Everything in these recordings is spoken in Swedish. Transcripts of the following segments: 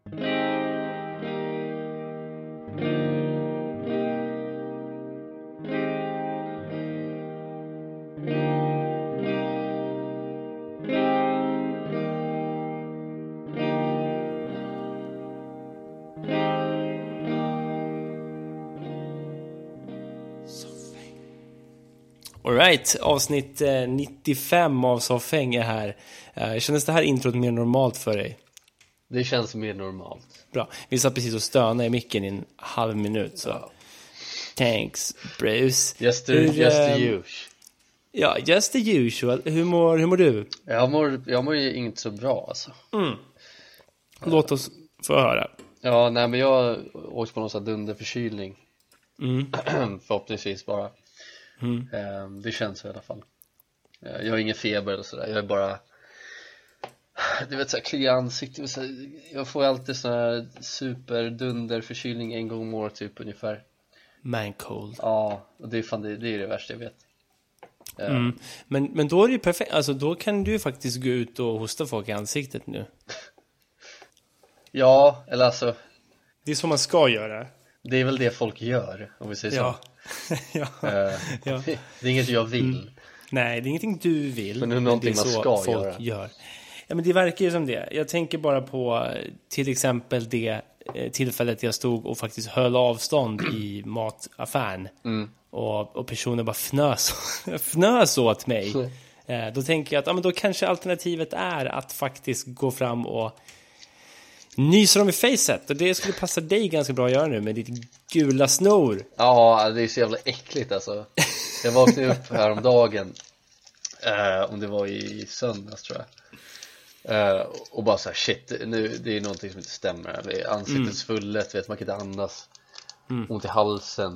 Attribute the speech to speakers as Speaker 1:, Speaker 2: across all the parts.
Speaker 1: All right, avsnitt 95 av Soffhäng är här. Känns det här introt mer normalt för dig?
Speaker 2: Det känns mer normalt.
Speaker 1: Bra, vi satt precis och stöna i micken i en halv minut så. Ja. Thanks, Bruce.
Speaker 2: Just the usual.
Speaker 1: Ja, just the usual. Hur mår du?
Speaker 2: Jag mår ju inte så bra alltså.
Speaker 1: Låt oss få höra.
Speaker 2: Ja, nej men jag åkte på någon sån dunderförkylning. Förhoppningsvis bara. Det känns i alla fall. Jag har ingen feber eller sådär. Jag är bara, du vet, såhär kliar ansikte. Jag får alltid sån här superdunderförkylning en gång om året typ ungefär.
Speaker 1: Man cold.
Speaker 2: Ja, och det är det värsta jag vet.
Speaker 1: Men då är det ju perfekt. Alltså då kan du faktiskt gå ut och hosta folk i ansiktet nu.
Speaker 2: Ja, eller alltså,
Speaker 1: det är som man ska göra.
Speaker 2: det är väl det folk gör, om vi säger så.
Speaker 1: Ja.
Speaker 2: Det är inget jag vill.
Speaker 1: Nej, det är ingenting du vill.
Speaker 2: Men det är någonting man ska
Speaker 1: folk gör. Ja, men det verkar ju som det. Jag tänker bara på till exempel det tillfället jag stod och faktiskt höll avstånd i mataffären. Och personen bara fnös åt mig. Då tänker jag att men då kanske alternativet är att faktiskt gå fram och nyser dem i facet. Och det skulle passa dig ganska bra att göra nu med ditt gula snor.
Speaker 2: Ja, det är så jävla äckligt alltså. Jag vaknade upp häromdagen, om det var i söndags tror jag, och bara så här, shit, nu, det är någonting som inte stämmer. Ansiktets fullet, vet, man kan inte andas, ont i halsen.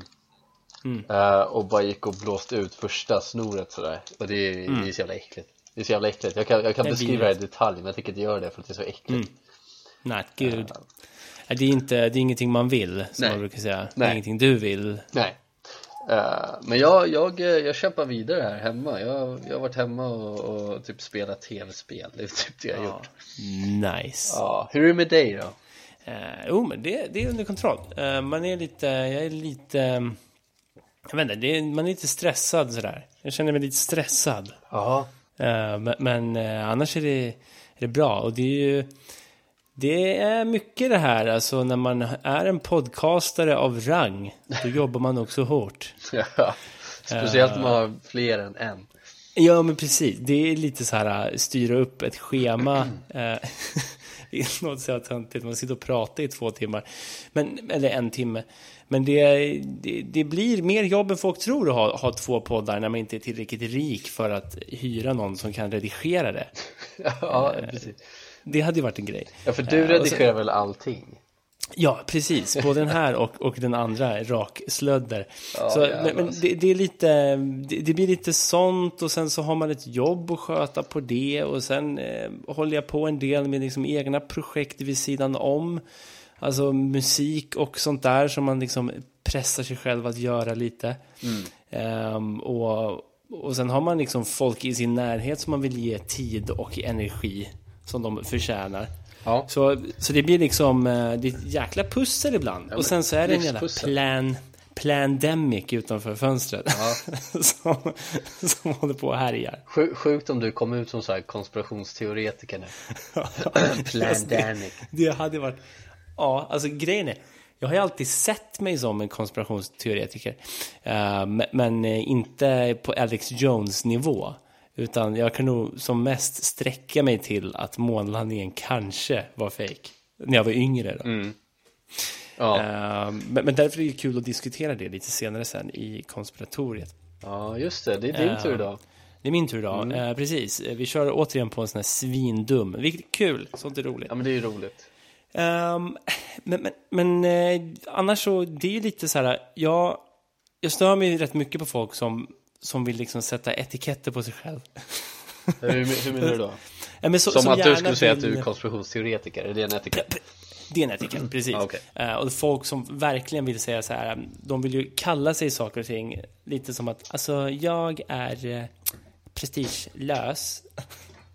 Speaker 2: Och bara gick och blåste ut första snoret sådär. Och det är så jävla äckligt. Det är så jävla äckligt. Jag kan beskriva det i detalj, men jag tänker inte göra det för att det är så äckligt.
Speaker 1: Not good. Det är ingenting man vill, som man brukar säga. Det är ingenting du vill.
Speaker 2: Nej. Men jag kämpar vidare här hemma. Jag har varit hemma och typ spelat tv-spel. Det är typ det jag har gjort.
Speaker 1: Nice.
Speaker 2: Ja. Hur är det med dig då?
Speaker 1: Men det är under kontroll. Jag är lite jag vet inte, man är lite stressad sådär. Jag känner mig lite stressad.
Speaker 2: Ja.
Speaker 1: Men annars är det bra. Och det är mycket det här, alltså när man är en podcastare av rang, då jobbar man också hårt.
Speaker 2: Ja, speciellt om man har fler än en.
Speaker 1: Ja, men precis. Det är lite så här, styra upp ett schema. Det är något så töntigt. Man sitter och pratar i 2 timmar. Eller 1 timme. Men det blir mer jobb än folk tror att ha 2 poddar när man inte är tillräckligt rik för att hyra någon som kan redigera det.
Speaker 2: Ja, precis.
Speaker 1: Det hade ju varit en grej.
Speaker 2: Ja, för du redigerar väl allting?
Speaker 1: Ja, precis. Både den här och den andra rakslödder.
Speaker 2: Ja,
Speaker 1: så, men det är lite, det blir lite sånt, och sen så har man ett jobb att sköta på det, och sen håller jag på en del med liksom egna projekt vid sidan om. Alltså musik och sånt där som man liksom pressar sig själv att göra lite. Och sen har man liksom folk i sin närhet som man vill ge tid och energi som de förtjänar.
Speaker 2: Ja.
Speaker 1: Så det blir liksom det är ett jäkla pussel ibland. Och sen så är det en jävla plandemic utanför fönstret. Som håller på att härja.
Speaker 2: Sjukt om du kom ut som så här konspirationsteoretiker nu. Plandemic.
Speaker 1: Det hade varit... Ja, alltså grejen är, jag har ju alltid sett mig som en konspirationsteoretiker. Men inte på Alex Jones nivå. Utan jag kan nog som mest sträcka mig till att månlandningen kanske var fake. När jag var yngre då.
Speaker 2: Ja.
Speaker 1: Men därför är det kul att diskutera det lite senare sen i konspiratoriet.
Speaker 2: Ja, just det. Det är din tur då.
Speaker 1: Det är min tur då. Precis. Vi kör återigen på en sån här svindum. Vilket är kul. Sånt är roligt.
Speaker 2: Ja, men det är ju roligt.
Speaker 1: Men annars så, det är ju lite så här, jag stör mig rätt mycket på folk som vill liksom sätta etiketter på sig själv.
Speaker 2: Hur menar du då?
Speaker 1: Ja, men
Speaker 2: som att du skulle säga att du är konspirationsteoretiker. Är det en etikett?
Speaker 1: Det är en etikett, precis.
Speaker 2: Okay.
Speaker 1: Och folk som verkligen vill säga så här, de vill ju kalla sig saker och ting lite som att, alltså jag är prestigelös.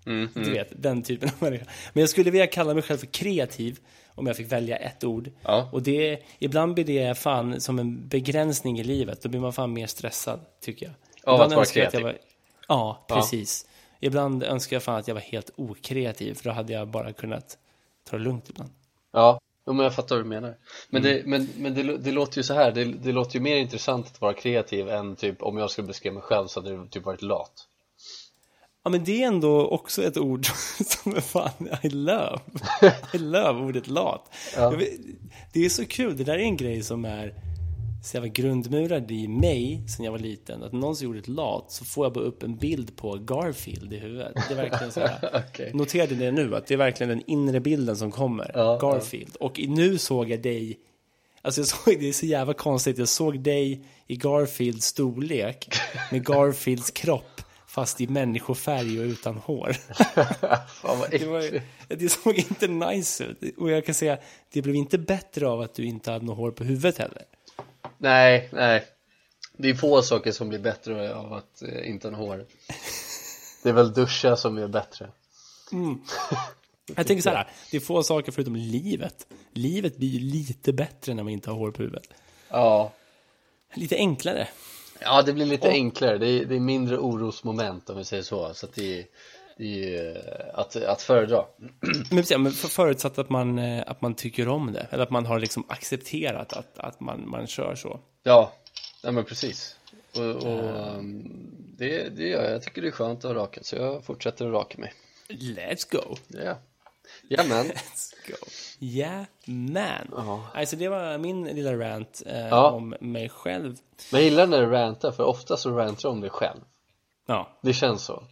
Speaker 1: Du vet, den typen av människa. Men jag skulle vilja kalla mig själv för kreativ om jag fick välja ett ord.
Speaker 2: Ja.
Speaker 1: Och ibland blir det fan som en begränsning i livet. Då blir man fan mer stressad, tycker jag.
Speaker 2: Av att vara kreativ.
Speaker 1: Ja, precis. Ibland önskar jag fan att jag var helt okreativ, för då hade jag bara kunnat ta det lugnt ibland.
Speaker 2: Ja, men jag fattar vad du menar. Men, det låter ju så här, det låter ju mer intressant att vara kreativ än typ, om jag skulle beskriva mig själv så hade det typ varit lat.
Speaker 1: Ja, men det är ändå också ett ord som är fan, I love ordet lat.
Speaker 2: Ja.
Speaker 1: Det är så kul, det där är en grej som är så jag var grundmurad i mig sen jag var liten. Att någon som gjorde ett lat, så får jag bara upp en bild på Garfield i huvudet. Det är verkligen så här.
Speaker 2: Okay.
Speaker 1: Noterade det nu, att det är verkligen den inre bilden som kommer. Garfield. Och nu såg jag dig. Alltså det är så jävla konstigt. Jag såg dig i Garfields storlek med Garfields kropp, fast i människofärg och utan hår.
Speaker 2: Fan vad äckligt.
Speaker 1: Det såg inte nice ut. Och jag kan säga, det blev inte bättre av att du inte hade något hår på huvudet heller.
Speaker 2: Nej. Det är få saker som blir bättre av att inte ha hår. Det är väl duscha som är bättre.
Speaker 1: Jag tänker så här, det är få saker förutom livet. Livet blir ju lite bättre när man inte har hår på huvudet.
Speaker 2: Ja.
Speaker 1: Lite enklare.
Speaker 2: Ja, det blir lite enklare. Det är mindre orosmoment, om vi säger så. Så att det är att föredra.
Speaker 1: Men förutsatt att man tycker om det. Eller att man har liksom accepterat att man kör så.
Speaker 2: Ja, men precis. Och det gör jag. Jag tycker det är skönt att ha rakat, så jag fortsätter att raka mig.
Speaker 1: Let's go.
Speaker 2: Ja, men.
Speaker 1: Let's go. Yeah, man. Alltså det var min lilla rant om mig själv.
Speaker 2: Men jag gillar när du rantar, för ofta så rantar du om dig själv.
Speaker 1: Ja.
Speaker 2: Det känns så.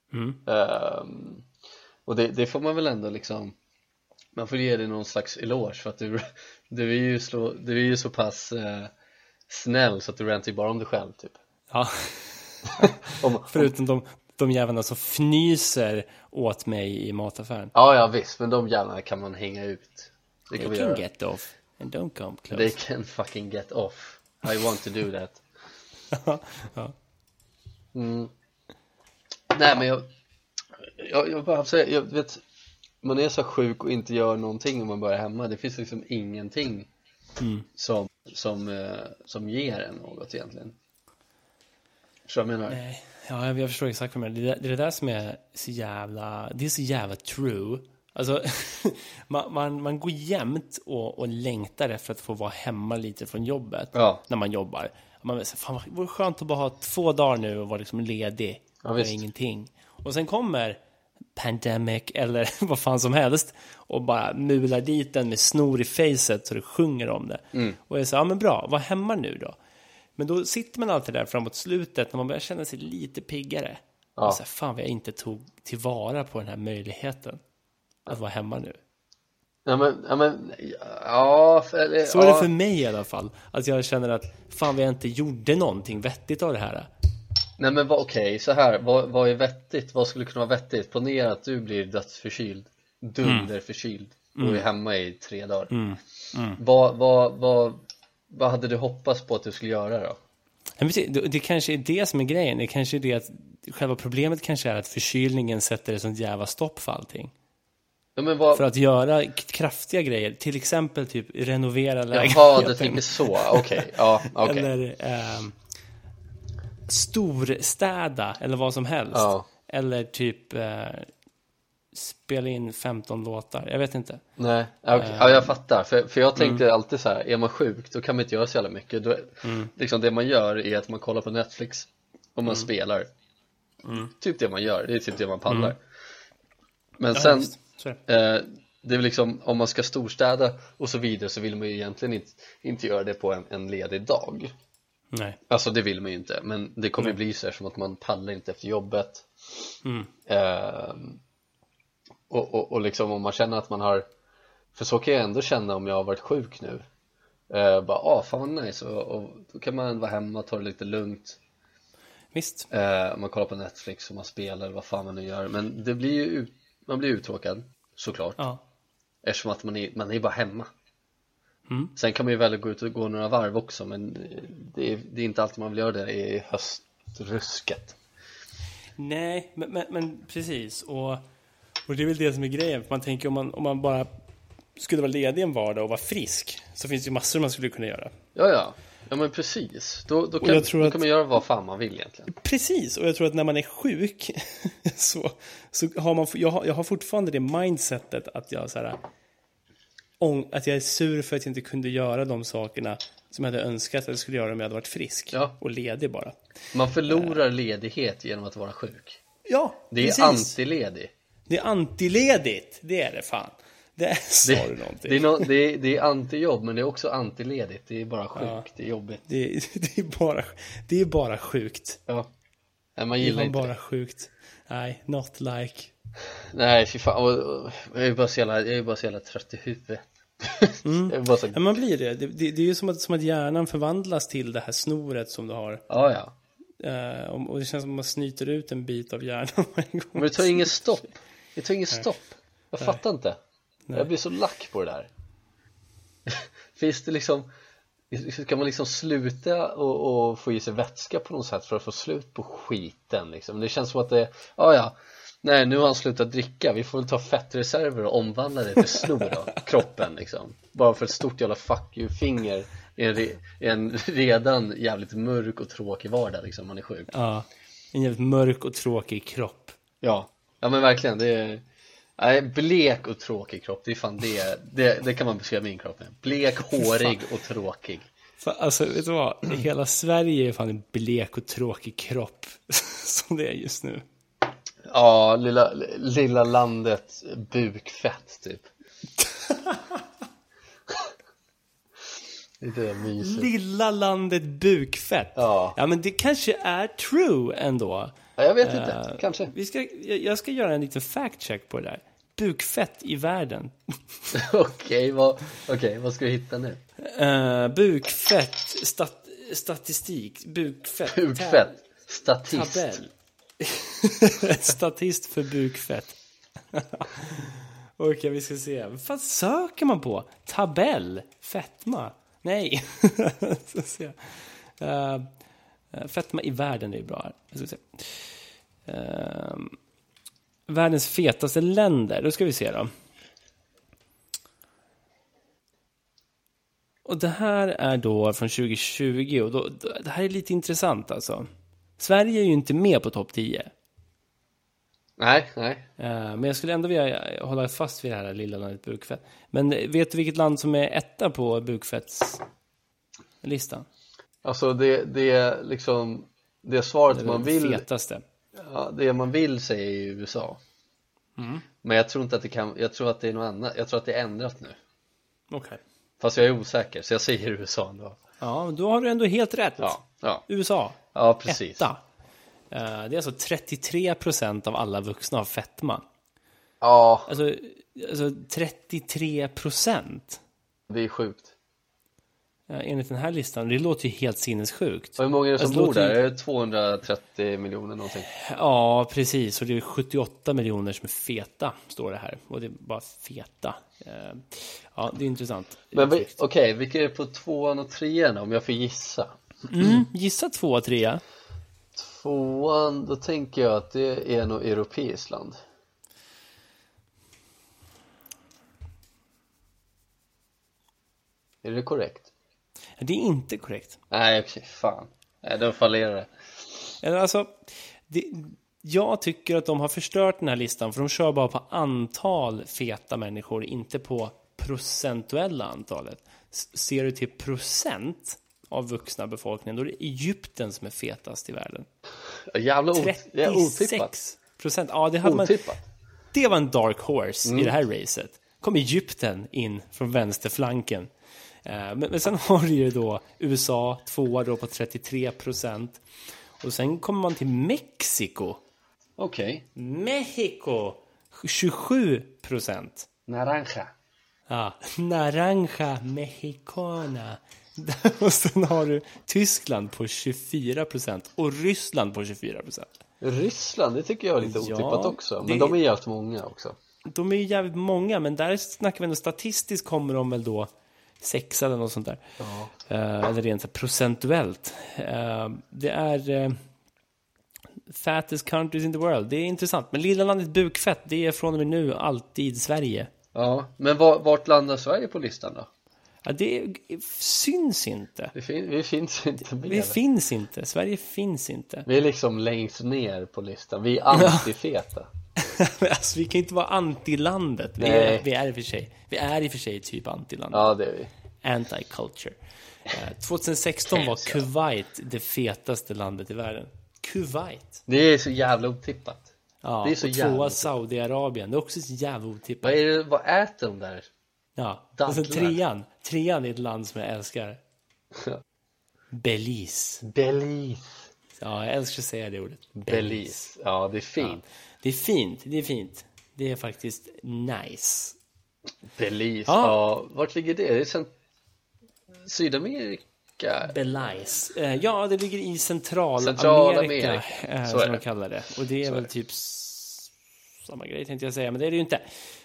Speaker 2: Och det får man väl ändå liksom, man får ge dig någon slags eloge, för att du är ju så pass snäll så att du rantar ju bara om dig själv typ.
Speaker 1: Ja. Förutom de jävlarna som fnyser åt mig i mataffären.
Speaker 2: Ja, visst, men de jävlarna kan man hänga ut. Det kan
Speaker 1: They can get off and don't come close.
Speaker 2: They can fucking get off. I want to do that.
Speaker 1: Ja.
Speaker 2: Nej, men jag bara säga, jag vet, man är så sjuk och inte gör någonting om man bara är hemma. Det finns liksom ingenting som ger en något egentligen. Så jag menar.
Speaker 1: Nej. Ja, jag förstår exakt vad det är. Det är det där som är så jävla, det är så jävla true. Alltså man går jämt och längtar efter att få vara hemma lite från jobbet när man jobbar. Man vill säga, fan vad skönt att bara ha 2 dagar nu och vara liksom ledig och ingenting. Och sen kommer pandemic eller vad fan som helst och bara mular dit den med snor i facet så det sjunger om det. Och jag säger, ja men bra, var hemma nu då. Men då sitter man alltid där framåt slutet när man börjar känna sig lite piggare. Och så här, fan vad jag inte tog tillvara på den här möjligheten att vara hemma nu.
Speaker 2: Så
Speaker 1: är det för mig i alla fall. Att jag känner att fan vad jag inte gjorde någonting vettigt av det här.
Speaker 2: Nej, men okej, så här, vad är vettigt? Vad skulle kunna vara vettigt? Ponera att du blir dödsförkyld, dunderförkyld och är hemma i 3 dagar. Vad hade du hoppats på att du skulle göra då?
Speaker 1: Det kanske är det som är grejen. Det kanske är det att själva problemet kanske är att förkylningen sätter ett sånt jävla stopp för allting.
Speaker 2: Ja, men
Speaker 1: för att göra kraftiga grejer, till exempel typ renovera lägenheten.
Speaker 2: Jaha, du tänker så, okej.
Speaker 1: Eller storstäda eller vad som helst. Eller typ spela in 15 låtar, jag vet inte.
Speaker 2: Nej, jag fattar. För jag tänkte alltid så här, är man sjuk då kan man inte göra så jävla mycket. Då, liksom det man gör är att man kollar på Netflix och man spelar. Typ det man gör, det är typ det man pallar. Men sen det är liksom, om man ska storstäda och så vidare, så vill man ju egentligen inte göra det på en ledig dag.
Speaker 1: Nej.
Speaker 2: Alltså det vill man ju inte. Men det kommer bli så här som att man pallar inte efter jobbet. Och liksom om man känner att man har, för så kan jag ändå känna om jag har varit sjuk nu. Bara, fan vad nice. Och då kan man vara hemma och ta det lite lugnt.
Speaker 1: Visst.
Speaker 2: Man kollar på Netflix och man spelar, vad fan man nu gör. Men det blir ju man blir uttråkad, såklart. Eftersom att man är bara hemma. Sen kan man ju väl gå ut och gå några varv också. Men det är inte alltid man vill göra det i höstrusket.
Speaker 1: Nej, men precis. Och det är väl det som är grejen. För man tänker om man bara skulle vara ledig en vardag och vara frisk, så finns det ju massor man skulle kunna göra.
Speaker 2: Ja, men precis. Då kan man göra vad fan man vill egentligen.
Speaker 1: Precis, och jag tror att när man är sjuk så har man... Jag har fortfarande det mindsetet att jag att jag är sur för att jag inte kunde göra de sakerna som jag hade önskat att jag skulle göra om jag hade varit frisk och ledig bara.
Speaker 2: Man förlorar ledighet genom att vara sjuk.
Speaker 1: Ja,
Speaker 2: det är
Speaker 1: precis.
Speaker 2: Antiledig.
Speaker 1: Det är antiledigt, det är det fan. Det sa du någonting.
Speaker 2: Det är antijobb, men det är också antiledigt. Det är bara sjukt, det är jobbigt.
Speaker 1: Det är bara sjukt.
Speaker 2: Ja. Nej, man gillar inte
Speaker 1: bara
Speaker 2: det.
Speaker 1: Sjukt. Nej, not like.
Speaker 2: Nej, fy fan. Jag är bara så jävla trött i huvudet.
Speaker 1: Ja, man blir det. Det är ju som att hjärnan förvandlas till det här snoret som du har.
Speaker 2: Ja.
Speaker 1: Och det känns som att man snyter ut en bit av hjärnan varje gång.
Speaker 2: Men det tar ingen stopp. Jag fattar inte. Nej. Jag blir så lack på det där. Finns det liksom... Kan man liksom sluta och få i sig vätska på något sätt för att få slut på skiten liksom? Det känns som att det... Nej, nu har han slutat dricka. Vi får väl ta fettreserver och omvandla det till snor då. Kroppen liksom. Bara för ett stort jävla fuck you-finger i en redan jävligt mörk och tråkig vardag liksom, man är sjuk.
Speaker 1: Ja, en jävligt mörk och tråkig kropp.
Speaker 2: Ja men verkligen, det är... Nej, blek och tråkig kropp, det är fan det kan man beskriva min kropp med. Blek, hårig och tråkig.
Speaker 1: Alltså, vet du vad? Hela Sverige är fan en blek och tråkig kropp som det är just nu.
Speaker 2: Ja, lilla landet bukfett typ. Det är mysigt.
Speaker 1: Lilla landet bukfett. Ja, men det kanske är true ändå.
Speaker 2: Ja, jag vet inte, kanske.
Speaker 1: Jag ska göra en liten fact check på det där. Bukfett i världen.
Speaker 2: Okej, vad ska du hitta nu?
Speaker 1: Bukfett statistik. Bukfett
Speaker 2: statist.
Speaker 1: Tabell. Statist för bukfett. Okej, vi ska se. Vad fan söker man på? Tabell. Fetma. Nej. Så se. Fetma i världen är bra här. Jag ska se. Världens fetaste länder. Då ska vi se då. Och det här är då från 2020. Och det här är lite intressant alltså. Sverige är ju inte med på topp 10.
Speaker 2: Nej.
Speaker 1: Men jag skulle ändå vilja hålla fast vid det här lilla landet bukfett. Men vet du vilket land som är etta på bukfettslistan? Alltså
Speaker 2: det är liksom det svaret
Speaker 1: det
Speaker 2: man vill.
Speaker 1: Fetaste.
Speaker 2: Ja, det man vill säga är USA. Men jag tror inte att jag tror att det är något annat. Jag tror att det är ändrat nu.
Speaker 1: Okej.
Speaker 2: Fast jag är osäker, så jag säger USA ändå.
Speaker 1: Ja, då har du ändå helt rätt.
Speaker 2: Ja.
Speaker 1: USA.
Speaker 2: Ja, precis.
Speaker 1: Etta. Det är alltså 33% av alla vuxna har fetma.
Speaker 2: Ja.
Speaker 1: Alltså 33%.
Speaker 2: Det är sjukt.
Speaker 1: Enligt den här listan. Det låter ju helt sinnessjukt.
Speaker 2: Och hur många är det som bor där? Är det 230 miljoner någonting?
Speaker 1: Ja, precis. Och det är 78 miljoner som är feta, står det här. Och det är bara feta. Ja, det är intressant.
Speaker 2: Men okej, vilka är det på 2:an och 3:an om jag får gissa?
Speaker 1: Gissa 2 och 3.
Speaker 2: 2:an, då tänker jag att det är nog europeiskt land. Är det korrekt?
Speaker 1: Det är inte korrekt.
Speaker 2: Nej, okej, fan. Nej, då fallerar det.
Speaker 1: Alltså, jag tycker att de har förstört den här listan. För de kör bara på antal feta människor, inte på procentuella antalet. Ser du till procent av vuxna befolkningen, då är det Egypten som är fetast i världen.
Speaker 2: Jävla otippat.
Speaker 1: 36%. Ja, det var en dark horse i det här racet. Kom Egypten in från vänsterflanken. Men sen har du ju då USA, 2 då på 33%. Och sen kommer man till Mexiko.
Speaker 2: Okej.
Speaker 1: Mexiko, 27%.
Speaker 2: Naranja.
Speaker 1: Ja, naranja mexicana. Och sen har du Tyskland på 24% och Ryssland på 24%.
Speaker 2: Ryssland, det tycker jag är lite otippat också. Men de är jävligt många också.
Speaker 1: De är ju jävligt många, men där snackar vi ändå statistiskt kommer de väl då 6 eller något sånt där. Eller rent procentuellt. Det är fattest countries in the world. Det är intressant. Men lilla landet bukfett, det är från och med nu alltid Sverige.
Speaker 2: Ja, men vart landar Sverige på listan då?
Speaker 1: Ja, det syns inte.
Speaker 2: Vi finns inte med.
Speaker 1: Vi finns inte. Sverige finns inte.
Speaker 2: Vi är liksom längst ner på listan. Vi är antifeta.
Speaker 1: Alltså, vi kan inte vara antilandet. Vi är i och för sig. Vi är i och för sig typ antilandet.
Speaker 2: Ja, det är vi.
Speaker 1: Anti-culture. 2016 var Kuwait det fetaste landet i världen. Kuwait.
Speaker 2: Det är så jävla otippat.
Speaker 1: Ja,
Speaker 2: det är så
Speaker 1: och
Speaker 2: jävla
Speaker 1: tvåa Saudiarabien. Det är också så jävla otippat.
Speaker 2: Vad äter de där?
Speaker 1: Ja,
Speaker 2: Dadlar.
Speaker 1: och sen trean är ett land som jag älskar. Belize. Ja, jag älskar att säga det ordet.
Speaker 2: Belize. Ja, det är fint.
Speaker 1: Ja, det är fint. Det är faktiskt nice.
Speaker 2: Belize, ja. Vart ligger det? Det är Sydamerika.
Speaker 1: Belize. Ja, det ligger i Centralamerika.
Speaker 2: Så
Speaker 1: som de kallar det. Och det är väl typ samma grej tänkte jag säga, men det är det ju inte.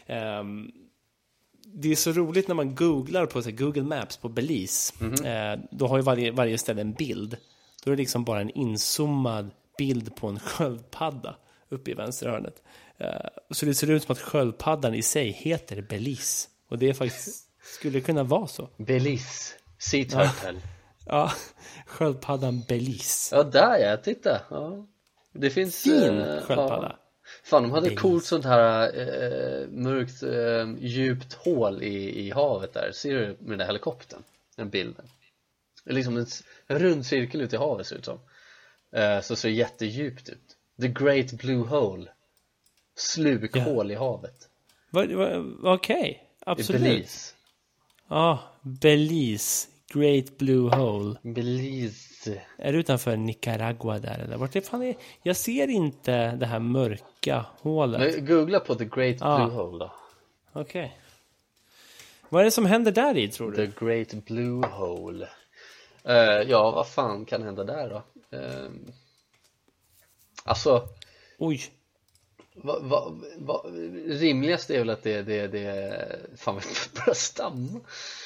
Speaker 1: Det är så roligt när man googlar på Google Maps på Belize. Då har ju varje ställe en bild. Då är det liksom bara en inzoomad bild på en sköldpadda uppe i vänsterhörnet. Så det ser ut som att sköldpaddan i sig heter Belize. Och det är faktiskt skulle kunna vara så.
Speaker 2: Belize, Sea Turtle.
Speaker 1: Ja, sköldpaddan Belize.
Speaker 2: Ja, där ja, titta. Ja. Det finns
Speaker 1: fin sköldpadda.
Speaker 2: Ja. Fan, de hade coolt sånt här mörkt djupt hål i havet där. Ser du med den där helikoptern? Den bilden. Det är liksom en rund cirkel ut i havet ser ut som. Så ser det jättedjupt ut. The Great Blue Hole. Slukhål i havet.
Speaker 1: Okej, absolut.
Speaker 2: Belize.
Speaker 1: Ja, Belize. Great Blue Hole.
Speaker 2: Belize.
Speaker 1: Är det utanför Nicaragua där eller vart det fan är? Jag ser inte det här mörka hålet.
Speaker 2: Men googla på The Great Blue Hole då.
Speaker 1: Okej. Vad är det som händer där i tror du?
Speaker 2: The Great Blue Hole. Ja, vad fan kan hända där då? Alltså.
Speaker 1: Oj.
Speaker 2: Rimligast är väl att det fan vi börjar stamma.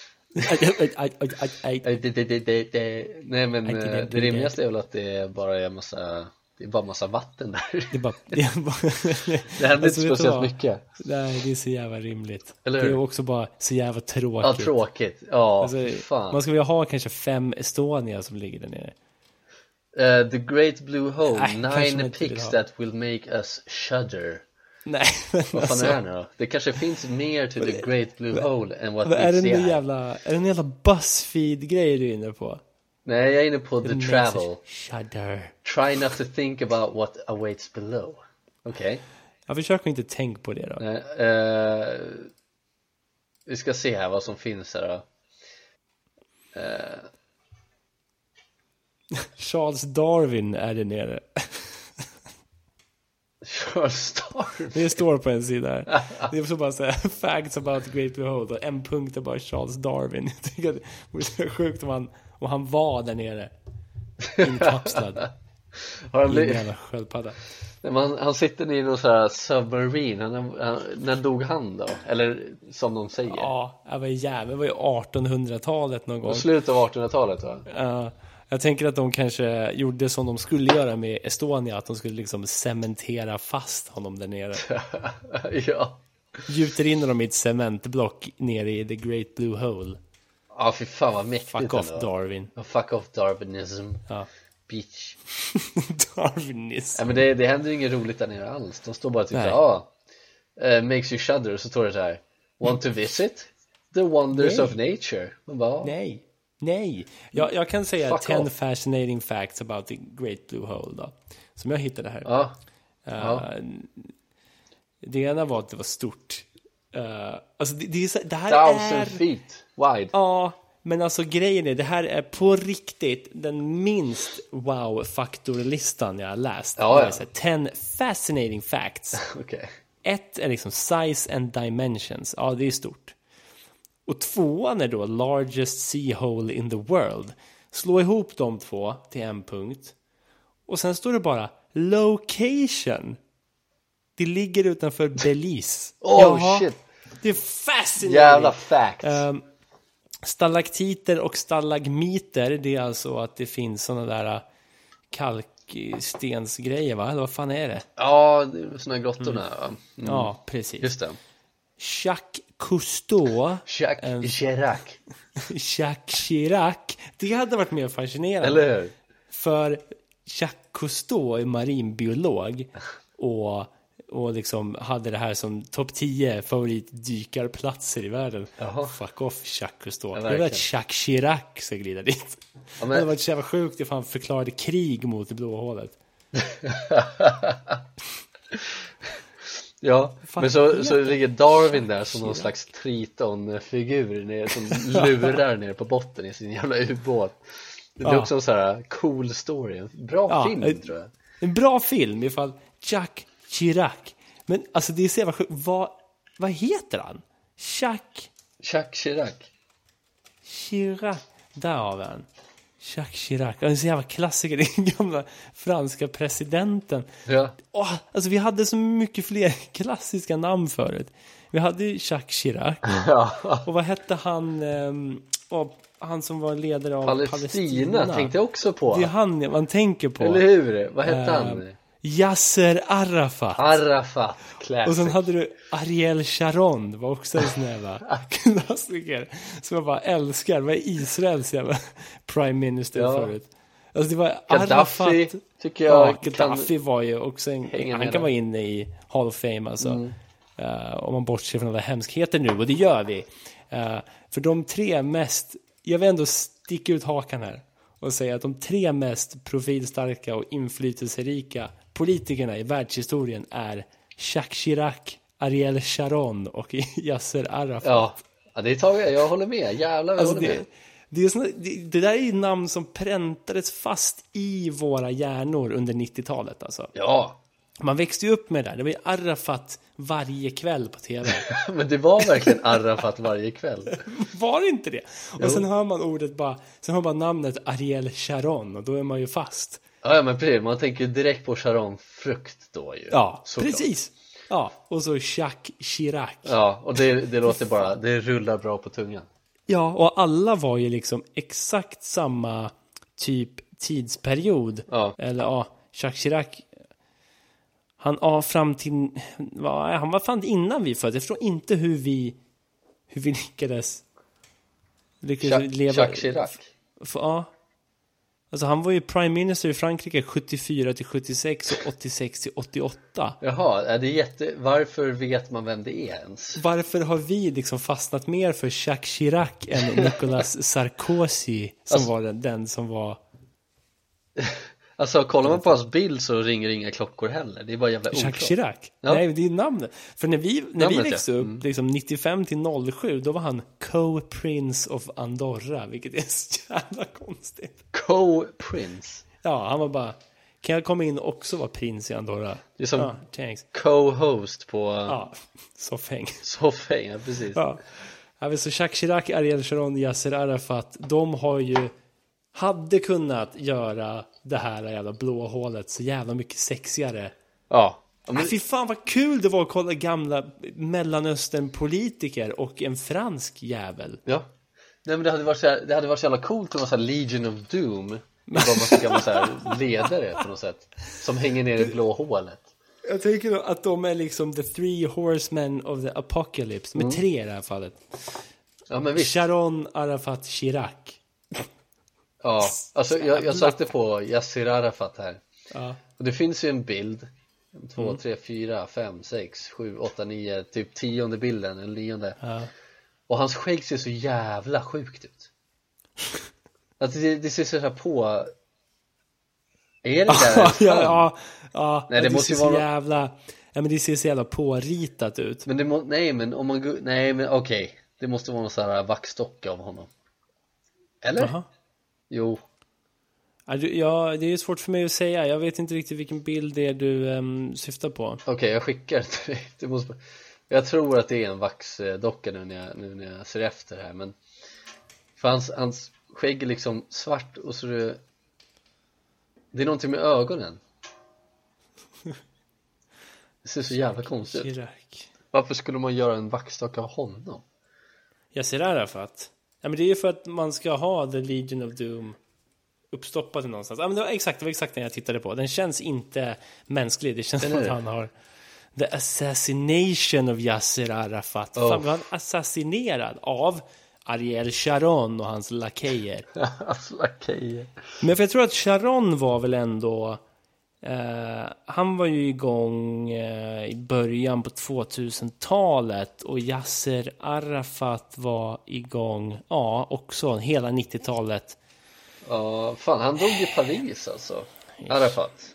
Speaker 2: Nej men det rimligaste är väl att det bara är massa vatten där. Det händer inte speciellt mycket.
Speaker 1: Nej, det är så jävla rimligt.
Speaker 2: Eller
Speaker 1: det är också bara så jävla tråkigt.
Speaker 2: Ja, tråkigt. Ja,
Speaker 1: alltså,
Speaker 2: fan.
Speaker 1: Man ska vilja ha kanske 5 Estonia som ligger där nere.
Speaker 2: The Great Blue Hole, 9 pics that will make us shudder.
Speaker 1: Nej,
Speaker 2: vad fan är det nu då? Det kanske finns mer till The Great Blue Hole än vad
Speaker 1: är det en jävla BuzzFeed-grej du är inne på?
Speaker 2: Nej, jag är inne på The Travel.
Speaker 1: Shudder.
Speaker 2: Try not to think about what awaits below. Okej.
Speaker 1: Jag försöker inte tänka på det då.
Speaker 2: Nej, vi ska se här vad som finns här då.
Speaker 1: Charles Darwin är det nere.
Speaker 2: Charles Darwin?
Speaker 1: Det står på en sida här. Det är så bara så här, facts about the Great Blue Hole. Och en punkt är bara Charles Darwin. Jag tycker att det vore så sjukt om han var där nere. Inkapslad.
Speaker 2: Har han
Speaker 1: i en jävla sköldpadda.
Speaker 2: Han sitter ner i någon sån här submarine. När dog han då? Eller som de säger.
Speaker 1: Ja, det var ju 1800-talet någon gång.
Speaker 2: Slutet av 1800-talet va?
Speaker 1: Ja. Jag tänker att de kanske gjorde som de skulle göra med Estonia. Att de skulle liksom cementera fast honom där nere.
Speaker 2: Ja.
Speaker 1: Gjuter in honom i ett cementblock nere i The Great Blue Hole.
Speaker 2: Ja, fy fan vad mäktigt.
Speaker 1: Fuck off Darwin.
Speaker 2: Fuck off Darwinism.
Speaker 1: Ja.
Speaker 2: Bitch.
Speaker 1: Darwinism.
Speaker 2: Ja, men det händer ju inget roligt där nere alls. De står bara typ makes you shudder. Så står det så här: want to visit the wonders of nature. Man bara,
Speaker 1: Nej. Jag kan säga 10 fascinating facts about the Great Blue Hole då, som jag hittade här. Det ena var att det var stort. Alltså det här
Speaker 2: 1000 feet wide.
Speaker 1: Ja, men alltså grejen är, det här är på riktigt den minst wow-faktorlistan jag har läst.
Speaker 2: Ja.
Speaker 1: 10 fascinating facts.
Speaker 2: Okay.
Speaker 1: 1 är liksom size and dimensions. Ja, det är stort. Och 2:an är då largest sea hole in the world. Slå ihop de två till en punkt. Och sen står det bara location. Det ligger utanför Belize.
Speaker 2: Shit.
Speaker 1: Det är fascinating.
Speaker 2: Jävla facts.
Speaker 1: Stalaktiter och stalagmiter, det är alltså att det finns såna där kalkstensgrejer, va? Eller vad fan är det?
Speaker 2: Ja, det är såna här grottorna. Mm.
Speaker 1: Ja, precis.
Speaker 2: Just det.
Speaker 1: Jacques Cousteau.
Speaker 2: Jacques Chirac.
Speaker 1: Jacques Chirac. Det hade varit mer fascinerande.
Speaker 2: Eller hur?
Speaker 1: För Jacques Cousteau är marinbiolog och liksom hade det här som topp 10 favoritdykarplatser i världen.
Speaker 2: Jaha.
Speaker 1: Fuck off Jacques Cousteau.
Speaker 2: Ja,
Speaker 1: det var att Jacques Chirac ska glida dit.
Speaker 2: Ja,
Speaker 1: Det var så jävla sjukt ifall han förklarade krig mot det blå hålet.
Speaker 2: Ja,
Speaker 1: Fan,
Speaker 2: men så ligger Darwin där som någon slags Triton-figur som lurar ner på botten i sin jävla ubåt. Det blir också en sån här cool story. En bra film, tror jag.
Speaker 1: En bra film ifall Jacques Chirac. Men alltså det är så jävla sjukt. Vad heter han?
Speaker 2: Jacques Chirac.
Speaker 1: Chirac. Där har vi han. Jacques Chirac. En så jävla klassiker. Den gamla franska presidenten.
Speaker 2: Ja.
Speaker 1: Alltså vi hade så mycket fler klassiska namn förut. Vi hade ju Jacques Chirac.
Speaker 2: Ja.
Speaker 1: Och vad hette han? Han som var ledare av Palestina.
Speaker 2: Tänkte jag också på.
Speaker 1: Det är han man tänker på.
Speaker 2: Eller hur? Vad hette han?
Speaker 1: Yasser Arafat.
Speaker 2: Arafat, classic.
Speaker 1: Och sen hade du Ariel Sharon. Det var också en sån jävla klassiker som jag bara älskar. Det var Israels jävla prime minister förut. Alltså det var
Speaker 2: Gaddafi,
Speaker 1: Arafat.
Speaker 2: Tycker jag.
Speaker 1: Ja, Gaddafi var ju också han kan vara inne i Hall of Fame alltså. Om man bortser från alla hemskheter nu. Och det gör vi. För de tre mest, jag vill ändå sticka ut hakan här och säga att de tre mest profilstarka och inflytelserika politikerna i världshistorien är Jacques Chirac, Ariel Sharon och Yasser Arafat.
Speaker 2: Ja, det tar jag håller med. Jävlar, jag håller med.
Speaker 1: Det där är ju namn som präntades fast i våra hjärnor under 90-talet alltså.
Speaker 2: Ja.
Speaker 1: Man växte ju upp med det där. Det var ju Arafat varje kväll på tv.
Speaker 2: Men det var verkligen Arafat varje kväll.
Speaker 1: Var det inte det?
Speaker 2: Jo.
Speaker 1: Och sen hör man sen hör man namnet Ariel Sharon och då är man ju fast.
Speaker 2: Ja, men precis. Man tänker direkt på Sharon Frukt då ju.
Speaker 1: Ja,
Speaker 2: såklart.
Speaker 1: Precis. Ja, och så Jacques Chirac.
Speaker 2: Ja, och det låter bara, det rullar bra på tungan.
Speaker 1: Ja, och alla var ju liksom exakt samma typ tidsperiod.
Speaker 2: Ja.
Speaker 1: Eller Jacques Chirac. Han fram till han var fan innan vi föddes. Jag förstår inte hur vi lyckades leva.
Speaker 2: Jacques Chirac.
Speaker 1: Ja. Alltså han var ju prime minister i Frankrike 74 till 76 och 86 till 88.
Speaker 2: Jaha, varför vet man vem det är ens?
Speaker 1: Varför har vi liksom fastnat mer för Jacques Chirac än Nicolas Sarkozy som var den som var...
Speaker 2: Alltså kollar man på hans bild så ringer inga klockor heller. Det är bara jävla oklart.
Speaker 1: Jacques Chirac? Ja. Nej, det är namnet. För när vi växte upp liksom 95 till 07, då var han Co-Prince of Andorra, vilket är så jävla konstigt.
Speaker 2: Co-Prince?
Speaker 1: Ja, han var bara, kan jag komma in och också vara prins i Andorra?
Speaker 2: Det är som
Speaker 1: thanks.
Speaker 2: Co-host på...
Speaker 1: Ja, Soffhäng.
Speaker 2: Soffhäng, ja precis.
Speaker 1: Ja, så Jacques Chirac, Ariel Sharon, Yasser Arafat, de hade kunnat göra det här jävla blå hålet så jävla mycket sexigare.
Speaker 2: Ja. Men...
Speaker 1: Fy fan vad kul det var att kolla gamla Mellanöstern-politiker och en fransk jävel.
Speaker 2: Ja. Nej, men det hade varit så jävla coolt att vara så här Legion of Doom. Det var massa gamla så här ledare på något sätt som hänger ner i blå hålet.
Speaker 1: Jag tänker att de är liksom the three horsemen of the apocalypse. Med tre i det här fallet.
Speaker 2: Ja, men visst.
Speaker 1: Sharon, Arafat, Chirac.
Speaker 2: Ja, alltså jag sökte på Yasser Arafat här.
Speaker 1: Ja.
Speaker 2: Och det finns ju en bild 2, 3, 4, 5, 6, 7, 8, 9 typ 10:e bilden, eller 9:e.
Speaker 1: Ja.
Speaker 2: Och hans skägg ser så jävla sjukt ut. Alltså det ser så här på. Är det där?
Speaker 1: Ja. Nej, det måste ju vara så jävla. Ja, men det ser så jävla påritat ut.
Speaker 2: Men men okej. Det måste vara någon sån här vaxdocka av honom. Eller?
Speaker 1: Aha.
Speaker 2: Jo.
Speaker 1: Ja, det är svårt för mig att säga. Jag vet inte riktigt vilken bild det är du syftar på.
Speaker 2: Okej, jag skickar det. Jag tror att det är en vaxdocka nu när jag ser efter här. Men för hans skägg är liksom svart och så det är någonting med ögonen. Det ser så jävla konstigt ut. Varför skulle man göra en vaxdocka av honom?
Speaker 1: Jag ser det här för att. Ja, men det är ju för att man ska ha The Legion of Doom uppstoppad någonstans. Ja, men det var exakt den jag tittade på. Den känns inte mänsklig. Det känns som att han har the assassination of Yasser Arafat. Fan, var han assassinerad av Ariel Sharon och hans lakejer.
Speaker 2: Hans lakejer.
Speaker 1: Men för jag tror att Sharon var väl ändå han var ju igång i början på 2000-talet och Yasser Arafat var igång också hela 90-talet.
Speaker 2: Ja, fan, han dog i Paris alltså. Arafat.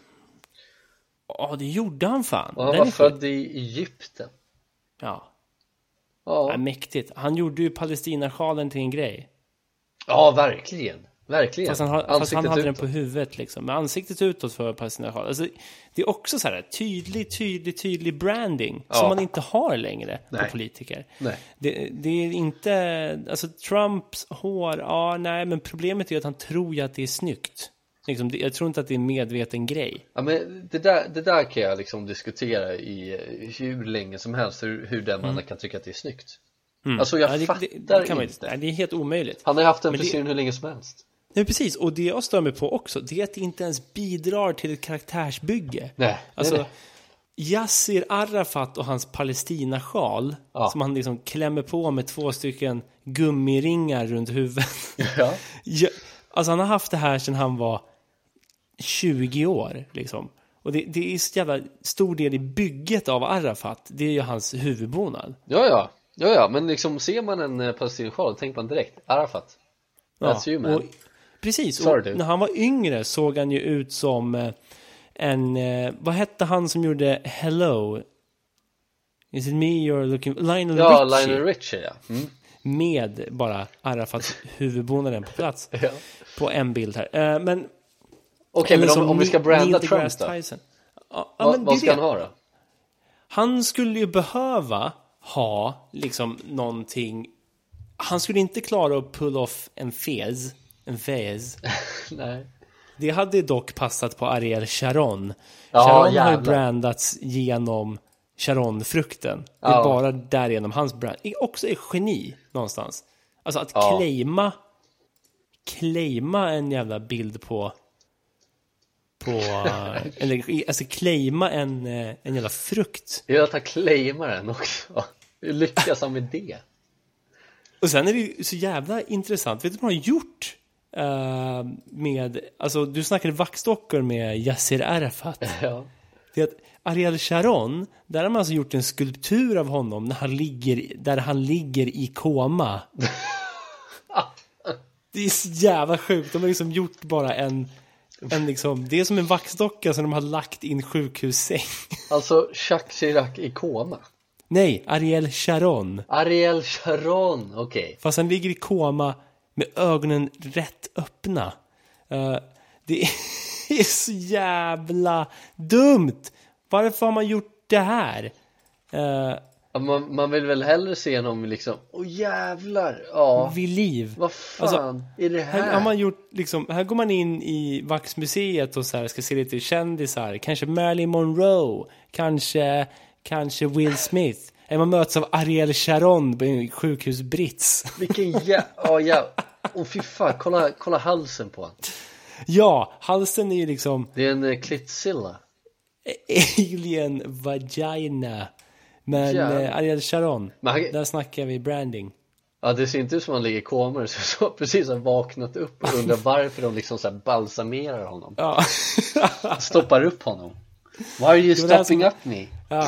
Speaker 1: Ja, det gjorde han fan.
Speaker 2: Och han var född i Egypten.
Speaker 1: Ja. Ja, mäktigt. Han gjorde ju Palestinasjalen till en grej.
Speaker 2: Ja, verkligen.
Speaker 1: Fast han hade den på huvudet liksom. Med ansiktet utåt för Palestinasjalen. Alltså, det är också så här tydlig branding som man inte har längre på politiker.
Speaker 2: Nej.
Speaker 1: Det är inte, alltså Trumps hår, men problemet är att han tror ju att det är snyggt. Liksom, jag tror inte att det är en medveten grej.
Speaker 2: Ja, men det där kan jag liksom diskutera i hur länge som helst, hur den mannen kan tycka att det är snyggt. Alltså jag fattar inte.
Speaker 1: Det är helt omöjligt.
Speaker 2: Han har haft den frisyren hur länge som helst.
Speaker 1: Nej, precis. Och det jag stör mig på också, det är att det inte ens bidrar till ett karaktärsbygge.
Speaker 2: Nej.
Speaker 1: Alltså, Yasser Arafat och hans Palestinasjal som han liksom klämmer på med 2 stycken gummiringar runt huvudet. Ja. Alltså han har haft det här sedan han var 20 år liksom. Och det är så jävla stor del i bygget av Arafat. Det är ju hans huvudbonad.
Speaker 2: Ja, men liksom ser man en palestinsjal tänker man direkt Arafat. That's you, man.
Speaker 1: Precis, och när han var yngre såg han ju ut som vad hette han som gjorde Hello? Is it me you're looking...
Speaker 2: Lionel Richie, ja.
Speaker 1: Med bara Arafats huvudbonaden på plats på en bild här. Men
Speaker 2: okej, men om vi ska branda Trump då? Vad ska han ha då?
Speaker 1: Han skulle ju behöva ha liksom någonting. Han skulle inte klara att pull off en fez. Nej. Det hade dock passat på Ariel Sharon. Sharon har ju brandats genom Sharon-frukten. Det är bara därigenom hans brand också är geni någonstans. Alltså att claima en jävla bild på eller alltså claima en jävla frukt.
Speaker 2: Jag att han claimar den också. Hur lyckas han med det?
Speaker 1: Och sen är det ju så jävla intressant. Vet du vad han har gjort? Med, alltså du snackade vaxdockor med Yasser Arafat.
Speaker 2: Ja.
Speaker 1: Det är att Ariel Sharon, där har man alltså gjort en skulptur av honom där han ligger i koma. Det är så jävla sjukt. De har liksom gjort bara en liksom, det är som en vaxdocka som de har lagt in sjukhussäng.
Speaker 2: Alltså Jacques Chirac i koma.
Speaker 1: Nej, Ariel Sharon,
Speaker 2: okej.
Speaker 1: Fast han ligger i koma med ögonen rätt öppna. Det är så jävla dumt. Varför har man gjort det här?
Speaker 2: Man vill väl hellre se honom liksom, jävlar,
Speaker 1: vid liv.
Speaker 2: Vad fan är det här?
Speaker 1: Här har man gjort liksom, här går man in i Vaxmuseet och så här ska se lite kändisar, kanske Marilyn Monroe, kanske Will Smith. Man möts av Ariel Sharon på en sjukhus Brits.
Speaker 2: Vilken fy fan, kolla halsen på han.
Speaker 1: Ja, halsen är ju liksom
Speaker 2: det är en klitsilla.
Speaker 1: Alien vagina. Men Ariel Sharon, där snackar vi branding.
Speaker 2: Ja, det ser inte ut som han ligger i koma, så precis har vaknat upp och undrar varför de liksom så här balsamerar honom.
Speaker 1: Ja.
Speaker 2: Stoppar upp honom. Why are you stopping up me?
Speaker 1: Ja,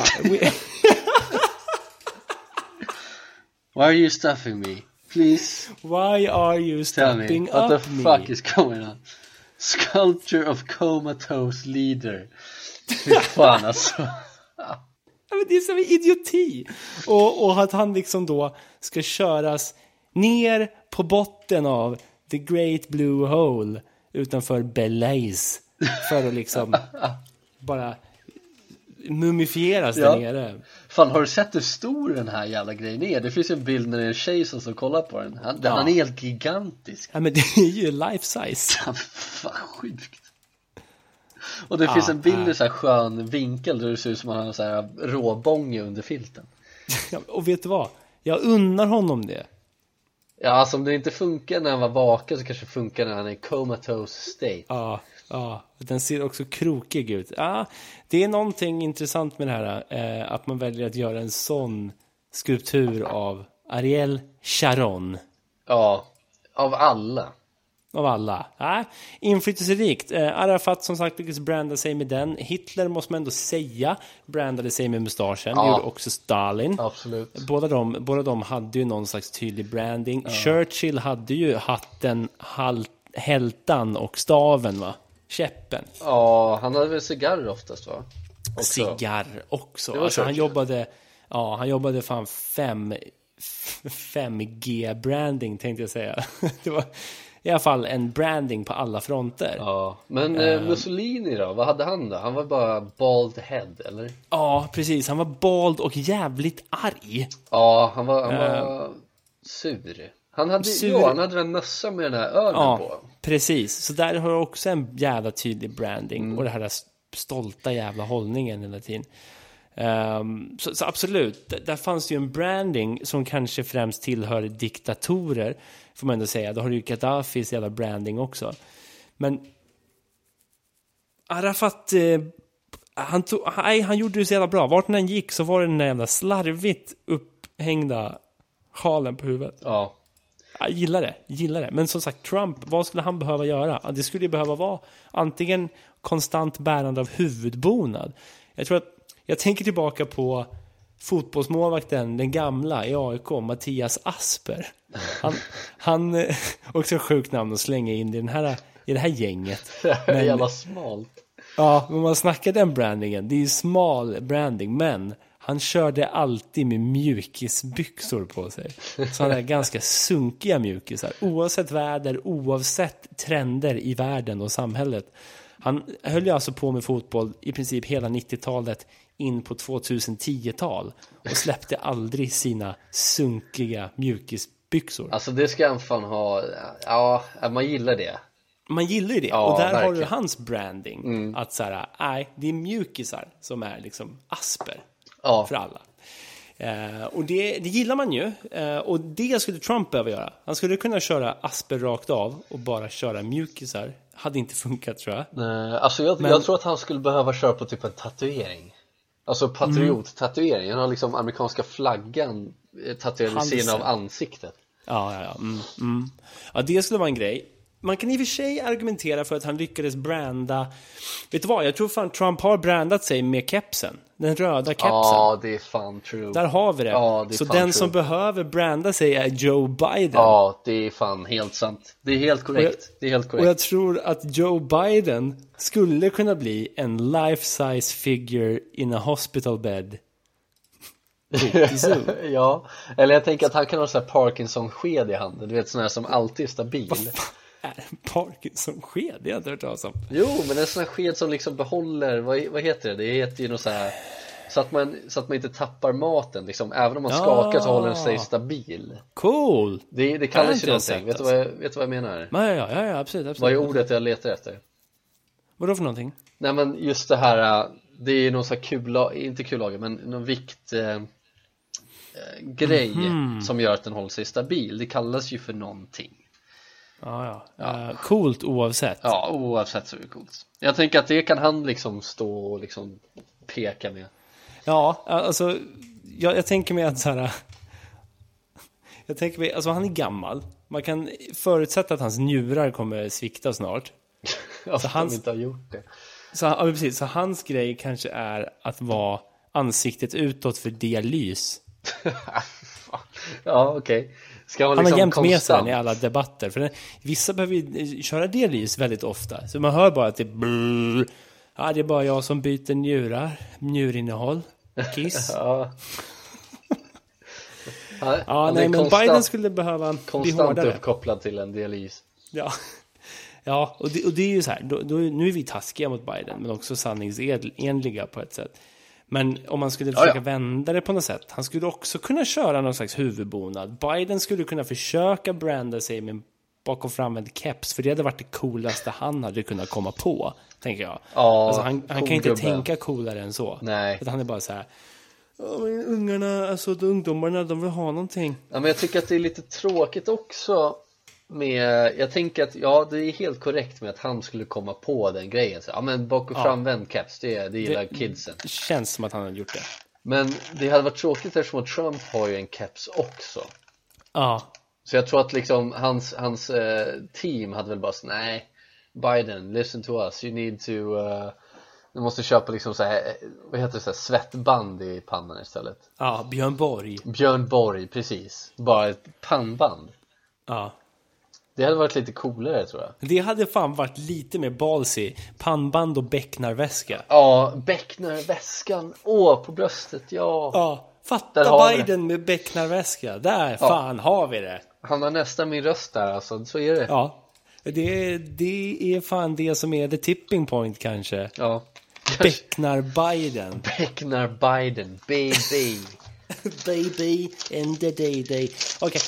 Speaker 2: Why are you stuffing me? Please.
Speaker 1: Why are you stopping up me?
Speaker 2: What the fuck is going on? Sculpture of comatose leader. Fy fan alltså.
Speaker 1: Ja, men det är som en idioti. Och att han liksom då ska köras ner på botten av The Great Blue Hole utanför Belize för att liksom bara mumifieras där nere.
Speaker 2: Fan, har du sett hur stor den här jävla grejen är? Det finns ju en bild när det är en tjej som kollar på den. Han är helt gigantisk.
Speaker 1: Ja, men det är ju life size.
Speaker 2: Fan, sjukt. Och det finns en bild i så här skön vinkel där det ser ut som att han har så här råbånge under filten.
Speaker 1: Ja, och vet du vad? Jag unnar honom det.
Speaker 2: Ja, alltså om det inte funkar när han var vaken så kanske det funkar när han är i comatose state.
Speaker 1: Ja, den ser också krokig ut. Ja, det är någonting intressant med det här, att man väljer att göra en sån skulptur av Ariel Sharon.
Speaker 2: Ja, av alla.
Speaker 1: Av alla. Inflytelserikt. Arafat som sagt lyckades branda sig med den. Hitler måste man ändå säga brandade sig med mustaschen. Det gjorde också Stalin.
Speaker 2: Absolut.
Speaker 1: Båda de hade ju någon slags tydlig branding. Churchill hade ju hatten, hältan och staven, va? Käppen.
Speaker 2: Ja, han hade väl cigarr oftast, va?
Speaker 1: Cigarr också. Alltså, han jobbade fan 5G-branding tänkte jag säga. Det var i alla fall en branding på alla fronter.
Speaker 2: Ja, men Mussolini då? Vad hade han då? Han var bara bald head, eller?
Speaker 1: Ja, precis. Han var bald och jävligt arg.
Speaker 2: Ja, han var sur. Han hade en mössa med den här örnen på.
Speaker 1: Precis. Så där har jag också en jävla tydlig branding. Och det här stolta jävla hållningen hela tiden. Så absolut, där fanns ju en branding som kanske främst tillhör diktatorer, får man ändå säga. Då har du ju Gaddafis jävla branding också. Men Arafat, han gjorde det så jävla bra. Vart han gick så var det den där jävla slarvigt upphängda sjalen på huvudet.
Speaker 2: Ja.
Speaker 1: Jag gillar det. Men som sagt, Trump, vad skulle han behöva göra? Det skulle ju behöva vara antingen konstant bärande av huvudbonad. Jag tänker tillbaka på fotbollsmålvakten, den gamla i AIK, Mattias Asper. Han också ett sjukt namn att slänga in i det här gänget.
Speaker 2: Men, jävla smalt.
Speaker 1: Ja, men man snackar den brandingen. Det är ju smal branding, men han körde alltid med mjukisbyxor på sig. Så han är ganska sunkiga mjukisar. Oavsett väder, oavsett trender i världen och samhället. Han höll ju alltså på med fotboll i princip hela 90-talet in på 2010-tal. Och släppte aldrig sina sunkiga mjukisbyxor.
Speaker 2: Alltså det ska han fan ha. Ja, man gillar det.
Speaker 1: Man gillar ju det.
Speaker 2: Ja,
Speaker 1: och där
Speaker 2: verkligen.
Speaker 1: har du hans branding. Att så här, nej, det är mjukisar som är liksom Asper.
Speaker 2: Ja.
Speaker 1: För alla. Och det gillar man ju. Och det skulle Trump behöva göra. Han skulle kunna köra Asper rakt av och bara köra mjukisar. Hade inte funkat, tror jag.
Speaker 2: Nej, alltså jag tror att han skulle behöva köra på typ en tatuering. Alltså patriot-tatuering. Han har liksom amerikanska flaggan tatuerad vid sidan av ansiktet.
Speaker 1: Ja. Ja, det skulle vara en grej. Man kan i och för sig argumentera för att han lyckades branda. Vet du vad, jag tror fan Trump har brandat sig med kepsen. Den röda kepsen.
Speaker 2: Ja, det är fan true.
Speaker 1: Där har vi det.
Speaker 2: Ja, det är
Speaker 1: så
Speaker 2: fan
Speaker 1: den
Speaker 2: true.
Speaker 1: som behöver branda sig är Joe Biden.
Speaker 2: Ja, det är fan helt sant. Det är helt korrekt.
Speaker 1: Och jag tror att Joe Biden skulle kunna bli en life-size figure in a hospital bed.
Speaker 2: Ja, eller jag tänker att han kan ha så här Parkinson-sked i handen. Du vet, sån här som alltid är stabil.
Speaker 1: Är Parkinson-sked? Det har jag inte hört talas om.
Speaker 2: Jo, men en sån här sked som liksom behåller, vad heter det? Det heter ju något så här, så att man inte tappar maten liksom. Även om man skakar så håller den sig stabil.
Speaker 1: Cool.
Speaker 2: Det kallas ju någonting. Vet du vad jag menar?
Speaker 1: Ja, absolut.
Speaker 2: Vad är ordet jag letar efter?
Speaker 1: Vadå för någonting?
Speaker 2: Nej, men just det här, det är någon sån här inte kullager, men någon vikt grej som gör att den håller sig stabil. Det kallas ju för någonting.
Speaker 1: Ja. Coolt oavsett.
Speaker 2: Ja, oavsett så är det coolt. Jag tänker att det kan han liksom stå och liksom peka med.
Speaker 1: Ja, alltså jag tänker mig att så här, alltså han är gammal. Man kan förutsätta att hans njurar kommer svikta snart.
Speaker 2: Ja, så han inte har gjort det.
Speaker 1: Så hans grej kanske är att vara ansiktet utåt för dialys.
Speaker 2: Ja, okej.
Speaker 1: Han liksom har jämt med sig den i alla debatter. För vissa behöver köra dialys väldigt ofta. Så man hör bara att det är bara jag som byter njurinnehåll. Kiss. Men Biden skulle behöva bli hårdare.
Speaker 2: Konstant uppkopplad till en dialys.
Speaker 1: Ja, och det är ju så här. Nu är vi taskiga mot Biden, men också sanningsenliga på ett sätt. Men om man skulle försöka vända det på något sätt, han skulle också kunna köra någon slags huvudbonad. Biden skulle kunna försöka branda sig med bakom framvänd keps, för det hade varit det coolaste han hade kunnat komma på, tänker jag. Alltså han kan inte tänka coolare än så.
Speaker 2: Nej.
Speaker 1: Att han är bara så här, Ja, men ungarna, alltså ungdomarna, de vill ha någonting.
Speaker 2: Ja, men jag tycker att det är lite tråkigt också med, jag tänker att ja, det är helt korrekt med att han skulle komma på den grejen. Så, ja, men bak och framvänd caps, det gillar kidsen.
Speaker 1: Det känns som att han hade gjort det.
Speaker 2: Men det hade varit tråkigt eftersom att Trump har ju en caps också.
Speaker 1: Ja.
Speaker 2: Så jag tror att liksom hans team hade väl bara så, nej, Biden, listen to us, you need to du måste köpa liksom så här, vad heter det, så här, svettband i pannan istället.
Speaker 1: Ja,
Speaker 2: Björn Borg, precis. Bara ett pannband.
Speaker 1: Ja.
Speaker 2: Det hade varit lite coolare, tror jag.
Speaker 1: Det hade fan varit lite mer ballsy. Pannband och becknarväska.
Speaker 2: Ja, becknarväskan. På bröstet, ja.
Speaker 1: Ja, fatta Biden med becknarväska. Där, fan har vi det.
Speaker 2: Han har nästan min röst där, alltså. Så är det.
Speaker 1: Ja, det är fan det som är the tipping point kanske.
Speaker 2: Ja.
Speaker 1: Becknar-Biden.
Speaker 2: Becknar-Biden, baby.
Speaker 1: Baby and the day. Okej,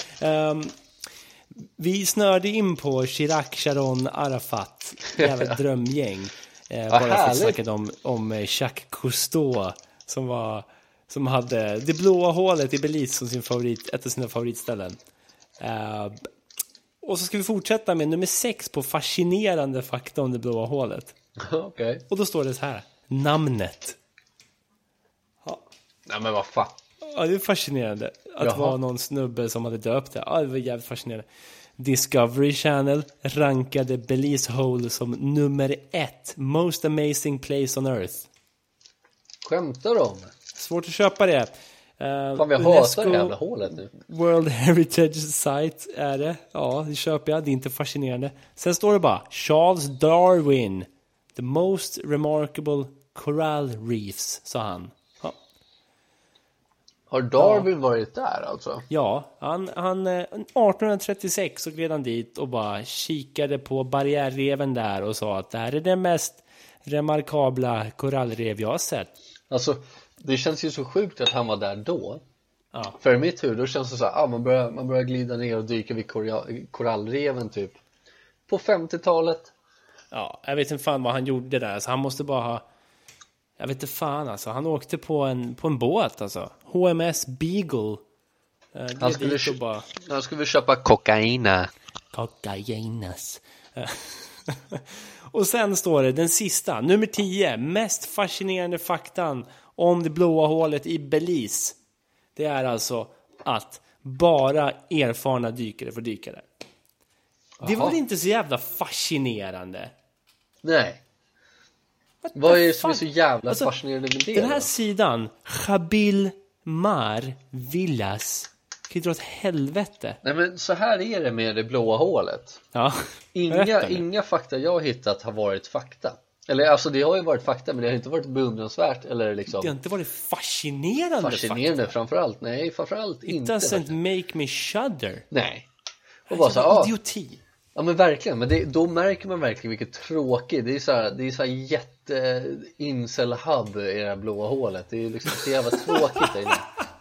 Speaker 1: vi snörde in på Chirac, Sharon, Arafat. Jävla drömgäng. Bara för att snacka om Jacques Cousteau som hade det blåa hålet i Belize som ett av sina favoritställen. Och så ska vi fortsätta med nummer 6 på fascinerande fakta om det blåa hålet.
Speaker 2: Okay.
Speaker 1: Och då står det så här: namnet.
Speaker 2: Ja. Nej, men vad fan.
Speaker 1: Ja, det är fascinerande att det var någon snubbe som hade döpt det. Ja, det var jävligt fascinerande. Discovery Channel rankade Belize Hole som nummer 1 most amazing place on earth.
Speaker 2: Skämtar de?
Speaker 1: Svårt att köpa det.
Speaker 2: Fan, vi hatar det jävla hålet nu.
Speaker 1: World Heritage Site är det. Ja, det köper jag. Det är inte fascinerande. Sen står det bara Charles Darwin, the most remarkable coral reefs, sa han. Ja.
Speaker 2: Har Darwin varit där alltså?
Speaker 1: Ja, han 1836 så gled han dit och bara kikade på barriärreven där och sa att det här är det mest remarkabla korallrev jag har sett.
Speaker 2: Alltså, det känns ju så sjukt att han var där då.
Speaker 1: Ja.
Speaker 2: För i mitt huvud, då känns det så här, man börjar glida ner och dyka vid korallreven typ på 50-talet.
Speaker 1: Ja, jag vet inte fan vad han gjorde där. Alltså, han måste bara ha, jag vet inte fan alltså. Han åkte på en båt alltså. HMS Beagle.
Speaker 2: Han skulle köpa kokainas.
Speaker 1: Och sen står det den sista, nummer 10, mest fascinerande faktan om det blåa hålet i Belize. Det är alltså att bara erfarna dykare får dyka där. Det var väl inte så jävla fascinerande?
Speaker 2: Nej. Vad är det som är så jävla fascinerande med det?
Speaker 1: Den här sidan, Jabil Mar Villas, kan ju dra åt helvete.
Speaker 2: Nej, men så här är det med det blåa hålet.
Speaker 1: Ja.
Speaker 2: Inga fakta jag har hittat har varit fakta. Eller alltså det har ju varit fakta, men det har inte varit beundransvärt eller liksom.
Speaker 1: Det har inte varit fascinerande fakta.
Speaker 2: Framförallt. Nej, framförallt inte.
Speaker 1: It doesn't make me shudder.
Speaker 2: Nej. Och bara så
Speaker 1: idioti.
Speaker 2: Ja, men verkligen, men då märker man verkligen vilket tråkigt. Det är så här jätte incel hub i det här blåa hålet. Det är liksom så jävla tråkigt där inne.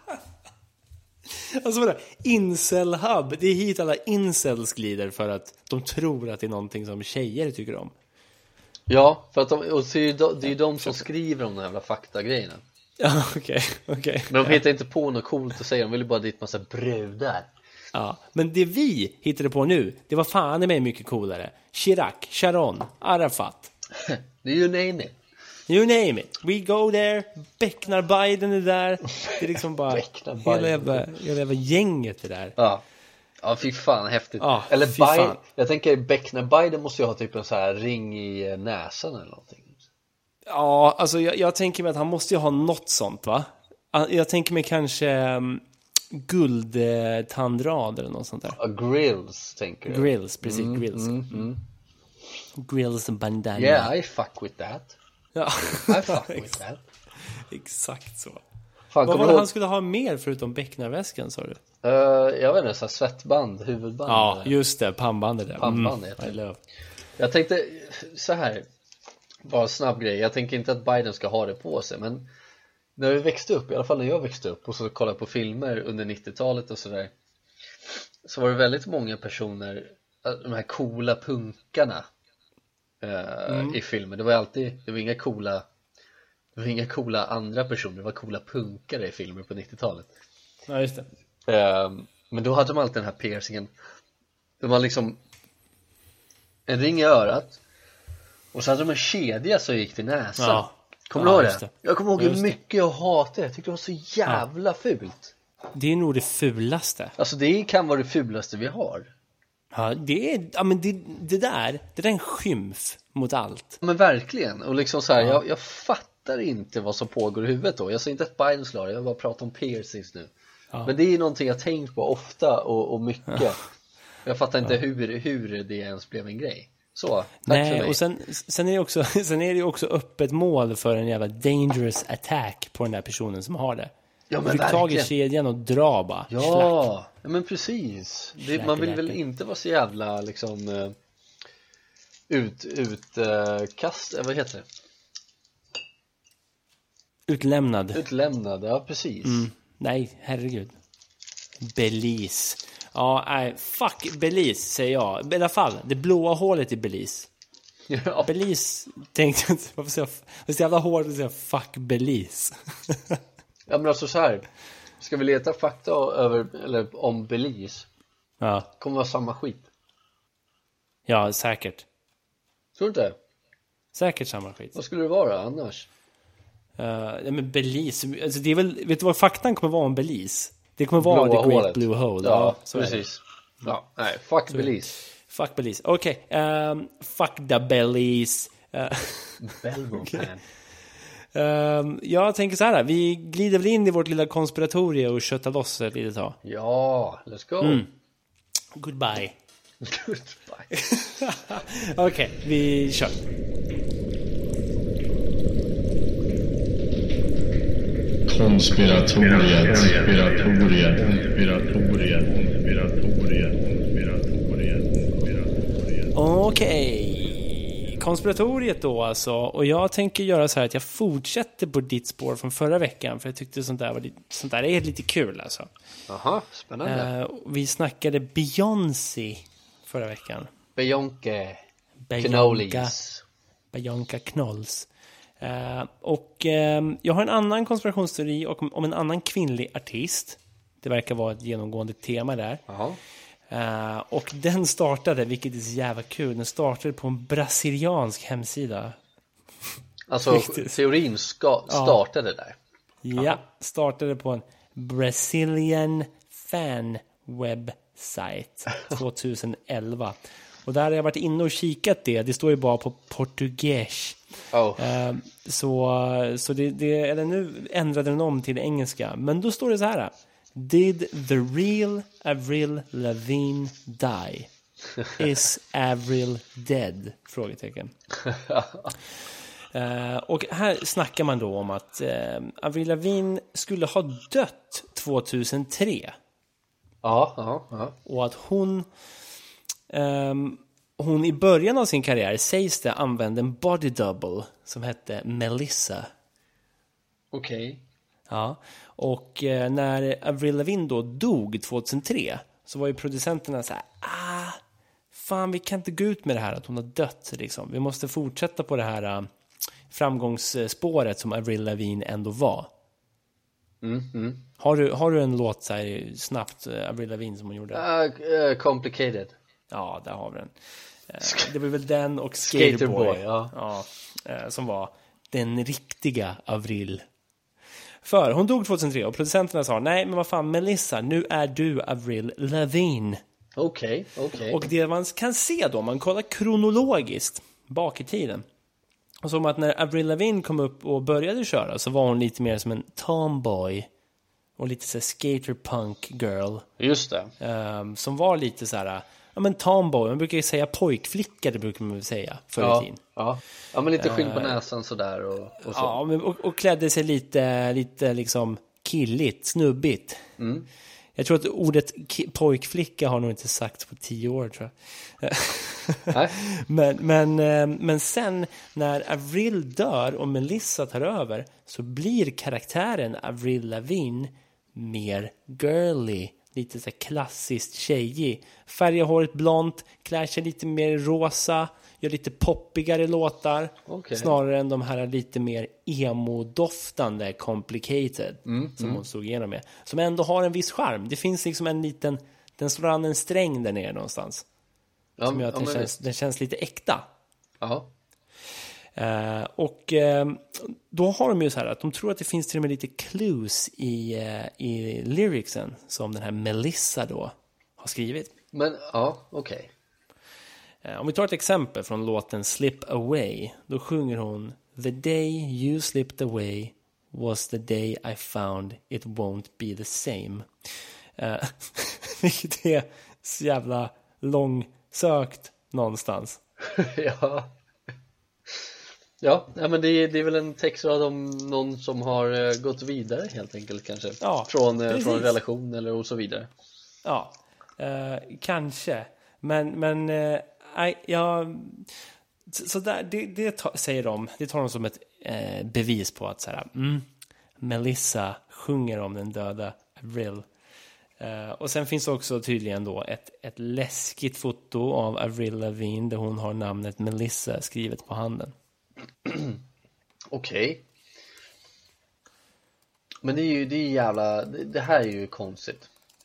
Speaker 1: Alltså vadå? Incel hub. Det är hit alla incels glider för att de tror att det är någonting som tjejer tycker om.
Speaker 2: Ja, för att det är ju de som skriver om de jävla faktagrejerna.
Speaker 1: Ja, okej.
Speaker 2: Men de hittar inte på något coolt att säga. De vill ju bara dit massa brudar.
Speaker 1: Ja, men det vi hittade på nu, det var fan i mig mycket coolare. Chirac, Sharon, Arafat.
Speaker 2: You name it.
Speaker 1: You name it. We go there. Becknar Biden är där. Det är liksom bara hela jävla gänget är där.
Speaker 2: Ja. Ja, fy fan, häftigt.
Speaker 1: Ja,
Speaker 2: eller Biden. Jag tänker Becknar Biden måste ju ha typ en så här ring i näsan eller någonting.
Speaker 1: Ja, alltså jag tänker mig att han måste ju ha något sånt, va? Jag tänker mig kanske guldtandrad eller något sånt där.
Speaker 2: Grills, tänker du?
Speaker 1: Grills, precis, grills. Grills and bandana.
Speaker 2: Yeah, I fuck with that.
Speaker 1: Ja.
Speaker 2: I fuck with that.
Speaker 1: Exakt så.
Speaker 2: Fan,
Speaker 1: vad var det han skulle ha mer förutom becknarväskan, sa du?
Speaker 2: Jag vet inte, så här svettband, huvudband.
Speaker 1: Ja, just det, pannbandet där.
Speaker 2: Pannbandet. Jag tänkte så här, bara en snabb grej. Jag tänker inte att Biden ska ha det på sig, men när vi växte upp, i alla fall när jag växte upp och så kollade på filmer under 90-talet och sådär, så var det väldigt många personer, de här coola punkarna i filmer. Det var inga coola Det var inga coola andra personer, det var coola punkare i filmer på 90-talet.
Speaker 1: Ja, just det.
Speaker 2: Men då hade de alltid den här piercingen. De var liksom en ring i örat, och så hade de en kedja som gick till näsan.
Speaker 1: Ja.
Speaker 2: Kommer du ihåg
Speaker 1: just
Speaker 2: det?
Speaker 1: det.
Speaker 2: Jag kommer ihåg hur mycket jag hatade det. Jag tyckte det var så jävla fult.
Speaker 1: Det är nog det fulaste.
Speaker 2: Alltså det kan vara det fulaste vi har.
Speaker 1: Ja, men det där är en skymf mot allt.
Speaker 2: Men verkligen. Och liksom så här, jag fattar inte vad som pågår i huvudet då. Jag säger inte att Biden slår, jag bara pratar om piercings nu. Men det är någonting jag tänkt på ofta och mycket. Jag fattar inte hur det ens blev en grej. Så, tack för mig.
Speaker 1: Och sen är det också öppet mål för en jävla dangerous attack på den där personen som har det.
Speaker 2: Ja, men
Speaker 1: du tag i kedjan och dra bara.
Speaker 2: Ja, men precis. Man vill väl inte vara så jävla liksom utkast, vad heter det? Utlämnad, ja precis.
Speaker 1: Nej, herregud. Belize. Ja, nej, fuck Belize säger jag. I alla fall, det blåa hålet i Belize.
Speaker 2: Ja.
Speaker 1: Belize tänkte jag inte. Varför säger jag? Det är så jävla hårt att säga fuck Belize.
Speaker 2: Ja, men alltså så här. Ska vi leta fakta om Belize?
Speaker 1: Ja.
Speaker 2: Kommer vara samma skit.
Speaker 1: Ja, säkert.
Speaker 2: Tror du inte?
Speaker 1: Säkert samma skit.
Speaker 2: Vad skulle det vara annars?
Speaker 1: Men Belize, alltså det är väl, vet du vad faktan kommer vara om Belize? Det kommer vara
Speaker 2: Blåa
Speaker 1: the Great
Speaker 2: hålet.
Speaker 1: Blue Hole.
Speaker 2: Ja,
Speaker 1: så
Speaker 2: precis. Ja, nej, fuck Belize.
Speaker 1: Fuck Belize. Okej, fuck the Belize.
Speaker 2: Belmo fan.
Speaker 1: Jag tänker så här, vi glider väl in i vårt lilla konspiratorie och köttar loss ett litet tag.
Speaker 2: Ja, let's go.
Speaker 1: Goodbye.
Speaker 2: Goodbye.
Speaker 1: Okej, vi kör.
Speaker 3: Konspiratoriet.
Speaker 1: Okej, konspiratoriet då alltså. Och jag tänker göra så här att jag fortsätter på ditt spår från förra veckan. För jag tyckte sånt där är lite kul alltså.
Speaker 2: Aha, spännande.
Speaker 1: Vi snackade Beyoncé förra veckan.
Speaker 2: Bianca Knowles.
Speaker 1: Bianca Knowles. Jag har en annan konspirationsteori om en annan kvinnlig artist. Det verkar vara ett genomgående tema där.
Speaker 2: Jaha.
Speaker 1: Och den startade, vilket är så jävla kul, den startade på en brasiliansk hemsida.
Speaker 2: Alltså teorin startade där.
Speaker 1: Ja, startade på en Brazilian fan website 2011. Och där har jag varit inne och kikat det står ju bara på portugis. Så det eller nu ändrade den om till engelska. Men då står det så här: Did the real Avril Lavigne die? Is Avril dead? Frågetecken. Och här snackar man då om att Avril Lavigne skulle ha dött 2003.
Speaker 2: Ja.
Speaker 1: Och att hon i början av sin karriär sägs det använde en body double som hette Melissa.
Speaker 2: Okej.
Speaker 1: Ja, och när Avril Lavigne då dog 2003 så var ju producenterna så här: fan, vi kan inte gå ut med det här att hon har dött liksom. Vi måste fortsätta på det här framgångsspåret som Avril Lavigne ändå var. Har du en låt så här snabbt, Avril Lavigne, som hon gjorde?
Speaker 2: Complicated.
Speaker 1: Ja, där har vi den. Det var väl den och Skaterboy. Ja, som var den riktiga Avril. För hon dog 2003 och producenterna sa: nej, men vad fan, Melissa, nu är du Avril Lavigne.
Speaker 2: Okej.
Speaker 1: Och det man kan se då, man kollar kronologiskt bak i tiden, och som att när Avril Lavigne kom upp och började köra så var hon lite mer som en tomboy och lite så skaterpunk girl.
Speaker 2: Just det.
Speaker 1: Som var lite så här, ja men tomboy, man brukar ju säga pojkflicka, det brukar man väl säga förr i tiden.
Speaker 2: Ja, men lite skinn på näsan sådär och så.
Speaker 1: Ja, men, och klädde sig lite liksom killigt, snubbigt. Jag tror att ordet pojkflicka har nog inte sagts på 10 år, tror jag. men sen när Avril dör och Melissa tar över så blir karaktären Avril Lavigne mer girly lite så här klassiskt tjejig. Färgar håret blont, klär sig lite mer rosa, gör lite poppigare låtar.
Speaker 2: Okay.
Speaker 1: Snarare än de här lite mer emo-doftande Complicated som hon stod igenom med. Som ändå har en viss charm. Det finns liksom en liten, den slår an en sträng där nere någonstans. Som gör att den känns lite äkta.
Speaker 2: Ja.
Speaker 1: Och då har de ju så här att de tror att det finns till och med lite clues i lyricsen som den här Melissa då har skrivit.
Speaker 2: Men, ja, okej.
Speaker 1: Om vi tar ett exempel från låten Slip Away, då sjunger hon: The day you slipped away was the day I found it won't be the same. Vilket är så jävla långsökt någonstans.
Speaker 2: Ja, men det är väl en textrad om någon som har gått vidare helt enkelt kanske.
Speaker 1: Ja,
Speaker 2: från en relation eller och så vidare.
Speaker 1: Ja, kanske. Men så där, det säger de. Det tar de som ett bevis på att så här, Melissa sjunger om den döda Avril. Och sen finns också tydligen då ett läskigt foto av Avril Lavigne där hon har namnet Melissa skrivet på handen.
Speaker 2: Okej. Men det är jävla, det här är ju konstigt.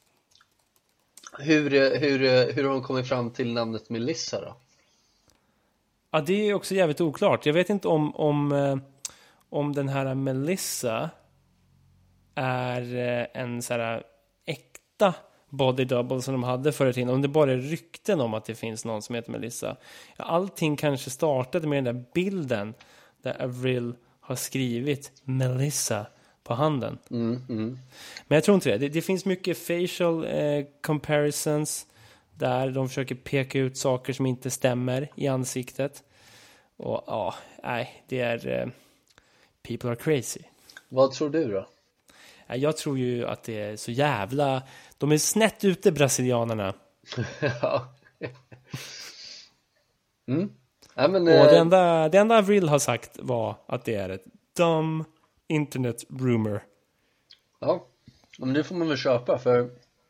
Speaker 2: Hur har de kommit fram till namnet Melissa då?
Speaker 1: Ja, det är också jävligt oklart. Jag vet inte om den här Melissa är en så här äkta body double som de hade förr i tiden. Om det bara är rykten om att det finns någon som heter Melissa. Ja, allting kanske startade med den där bilden där Avril har skrivit Melissa på handen. Men jag tror inte det. Det finns mycket facial comparisons där de försöker peka ut saker som inte stämmer i ansiktet. Och det är people are crazy.
Speaker 2: Vad tror du då?
Speaker 1: Jag tror ju att det är så jävla... De är snett ute, brasilianerna.
Speaker 2: Ja. Ja, men,
Speaker 1: och det enda Avril har sagt var att det är ett dumb internet rumor.
Speaker 2: Ja, men det får man väl köpa, för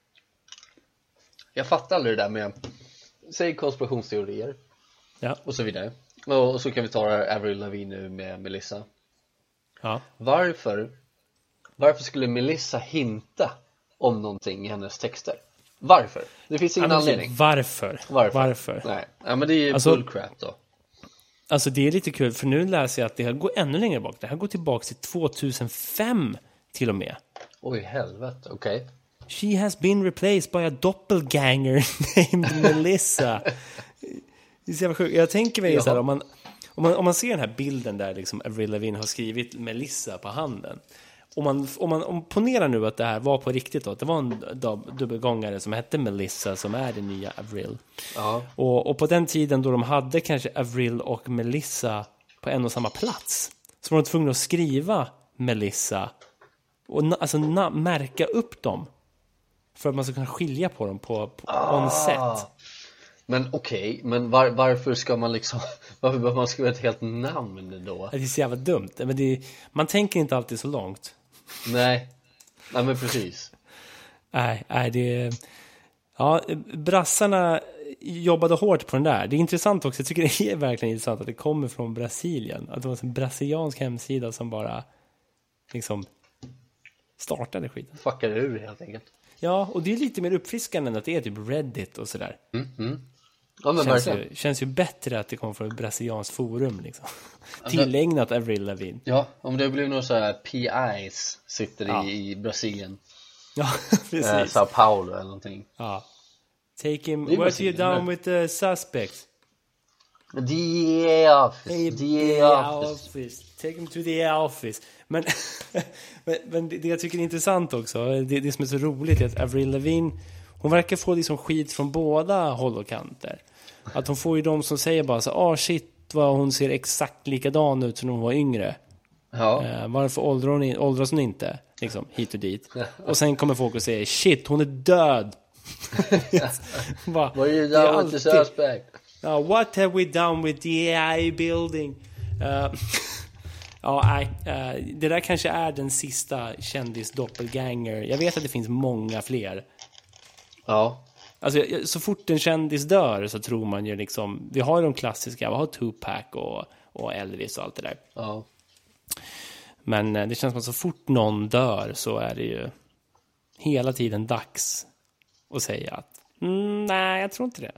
Speaker 2: jag fattar aldrig det där med, säg konspirationsteorier och så vidare. Och så kan vi ta Avril Lavigne nu med Melissa.
Speaker 1: Ja.
Speaker 2: Varför skulle Melissa hinta om någonting i hennes texter? Varför? Det finns ingen anledning.
Speaker 1: Varför?
Speaker 2: Nej, men det är
Speaker 1: alltså,
Speaker 2: bullcrap då.
Speaker 1: Alltså det är lite kul, för nu läser jag att det här går ännu längre bak. Det här går tillbaka till 2005 till och med.
Speaker 2: Oj, helvete, okej. Okay.
Speaker 1: She has been replaced by a doppelganger named Melissa. Det är så jävla sjukt. Jag tänker mig så här, om man ser den här bilden där liksom Avril Lavigne har skrivit Melissa på handen. Om man ponerar nu att det här var på riktigt då, att det var en dubbelgångare som hette Melissa som är den nya Avril.
Speaker 2: Ja.
Speaker 1: Och på den tiden då de hade kanske Avril och Melissa på en och samma plats, så var de tvungna att skriva Melissa och alltså märka upp dem för att man ska kunna skilja på dem på on set.
Speaker 2: Men okej, men varför ska man liksom, varför behöver man skriva ett helt namn då?
Speaker 1: Det är så jävla dumt, men man tänker inte alltid så långt.
Speaker 2: Nej men precis.
Speaker 1: Nej, det... Ja, brassarna jobbade hårt på den där. Det är intressant också, jag tycker det är verkligen intressant att det kommer från Brasilien. Att det var en brasiliansk hemsida som bara liksom startade skiten.
Speaker 2: Fuckade ur helt enkelt.
Speaker 1: Ja, och det är lite mer uppfriskande än att det är typ Reddit och sådär.
Speaker 2: Ja, men
Speaker 1: känns ju bättre att det kommer från ett brasilianskt forum liksom. Tillägnat Avril Lavigne.
Speaker 2: Ja, om det blir några så här PIs sitter i Brasilien.
Speaker 1: Ja, precis.
Speaker 2: Sao Paulo eller någonting.
Speaker 1: Ja. Take him, where's you down with the suspect?
Speaker 2: The office.
Speaker 1: Take him to the office. Men det jag tycker är intressant också, det som är så roligt är att Avril Lavigne, hon verkar få liksom skit från båda håll och kanter. Att hon får ju de som säger bara så, shit vad hon ser exakt likadan ut som när hon var yngre.
Speaker 2: Ja.
Speaker 1: Varför åldras hon inte? Liksom, hit och dit. Och sen kommer folk och säger, shit, hon är död.
Speaker 2: What are you done with the suspect?
Speaker 1: What have we done with the AI building? Det där kanske är den sista kändis doppelganger. Jag vet att det finns många fler.
Speaker 2: Ja.
Speaker 1: Alltså, så fort en kändis dör så tror man ju liksom, vi har ju de klassiska, vi har Tupac och Elvis och allt det där.
Speaker 2: Ja.
Speaker 1: Men det känns som att så fort någon dör så är det ju hela tiden dags att säga att nej, jag tror inte det.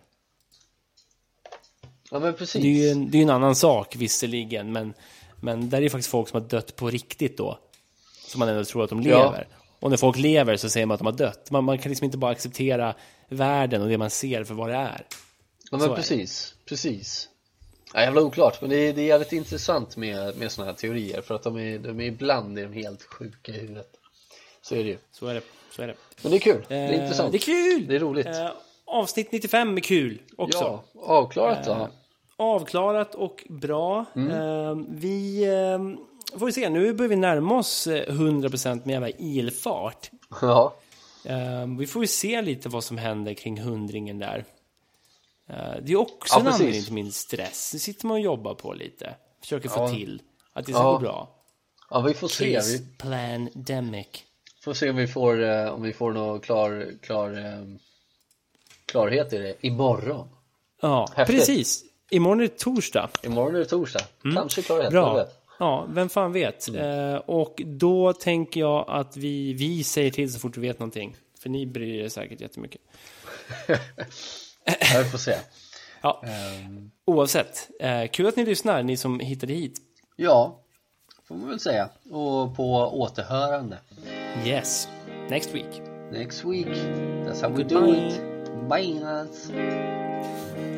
Speaker 2: Ja, men precis.
Speaker 1: Det är ju en annan sak visserligen, men där är ju faktiskt folk som har dött på riktigt då, som man ändå tror att de lever. Och när folk lever så säger man att de har dött. Man kan liksom inte bara acceptera världen och det man ser för vad det är.
Speaker 2: Ja, men precis. Ja, jävla oklart, men det är jävligt intressant med såna här teorier, för att de är ibland är de helt sjuka i huvudet. Så är det ju.
Speaker 1: Så är det.
Speaker 2: Men det är kul, det är intressant.
Speaker 1: Det är kul!
Speaker 2: Det är roligt.
Speaker 1: Avsnitt 95 är kul också.
Speaker 2: Ja, avklarat då.
Speaker 1: Avklarat och bra. Vi får vi se, nu börjar vi närma oss 100% med jävla ilfart.
Speaker 2: Ja.
Speaker 1: Vi får ju se lite vad som händer kring 100-ringen där. Det är också en anledning till min stress. Nu sitter man och jobbar på lite. Försöker få till att det ska gå bra.
Speaker 2: Ja, vi får se.
Speaker 1: Pandemic.
Speaker 2: Får se om vi får någon klarhet i det imorgon.
Speaker 1: Ja, häftigt. Precis. Imorgon är det torsdag.
Speaker 2: Kanske klarhet.
Speaker 1: Bra. Ja, vem fan vet. Och då tänker jag att vi säger till så fort vi vet någonting. För ni bryr er säkert jättemycket.
Speaker 2: Jag får se.
Speaker 1: Ja. Oavsett. Kul att ni lyssnar, ni som hittade hit.
Speaker 2: Ja, får man väl säga. Och på återhörande.
Speaker 1: Yes. Next week.
Speaker 2: That's how we do it. Bye.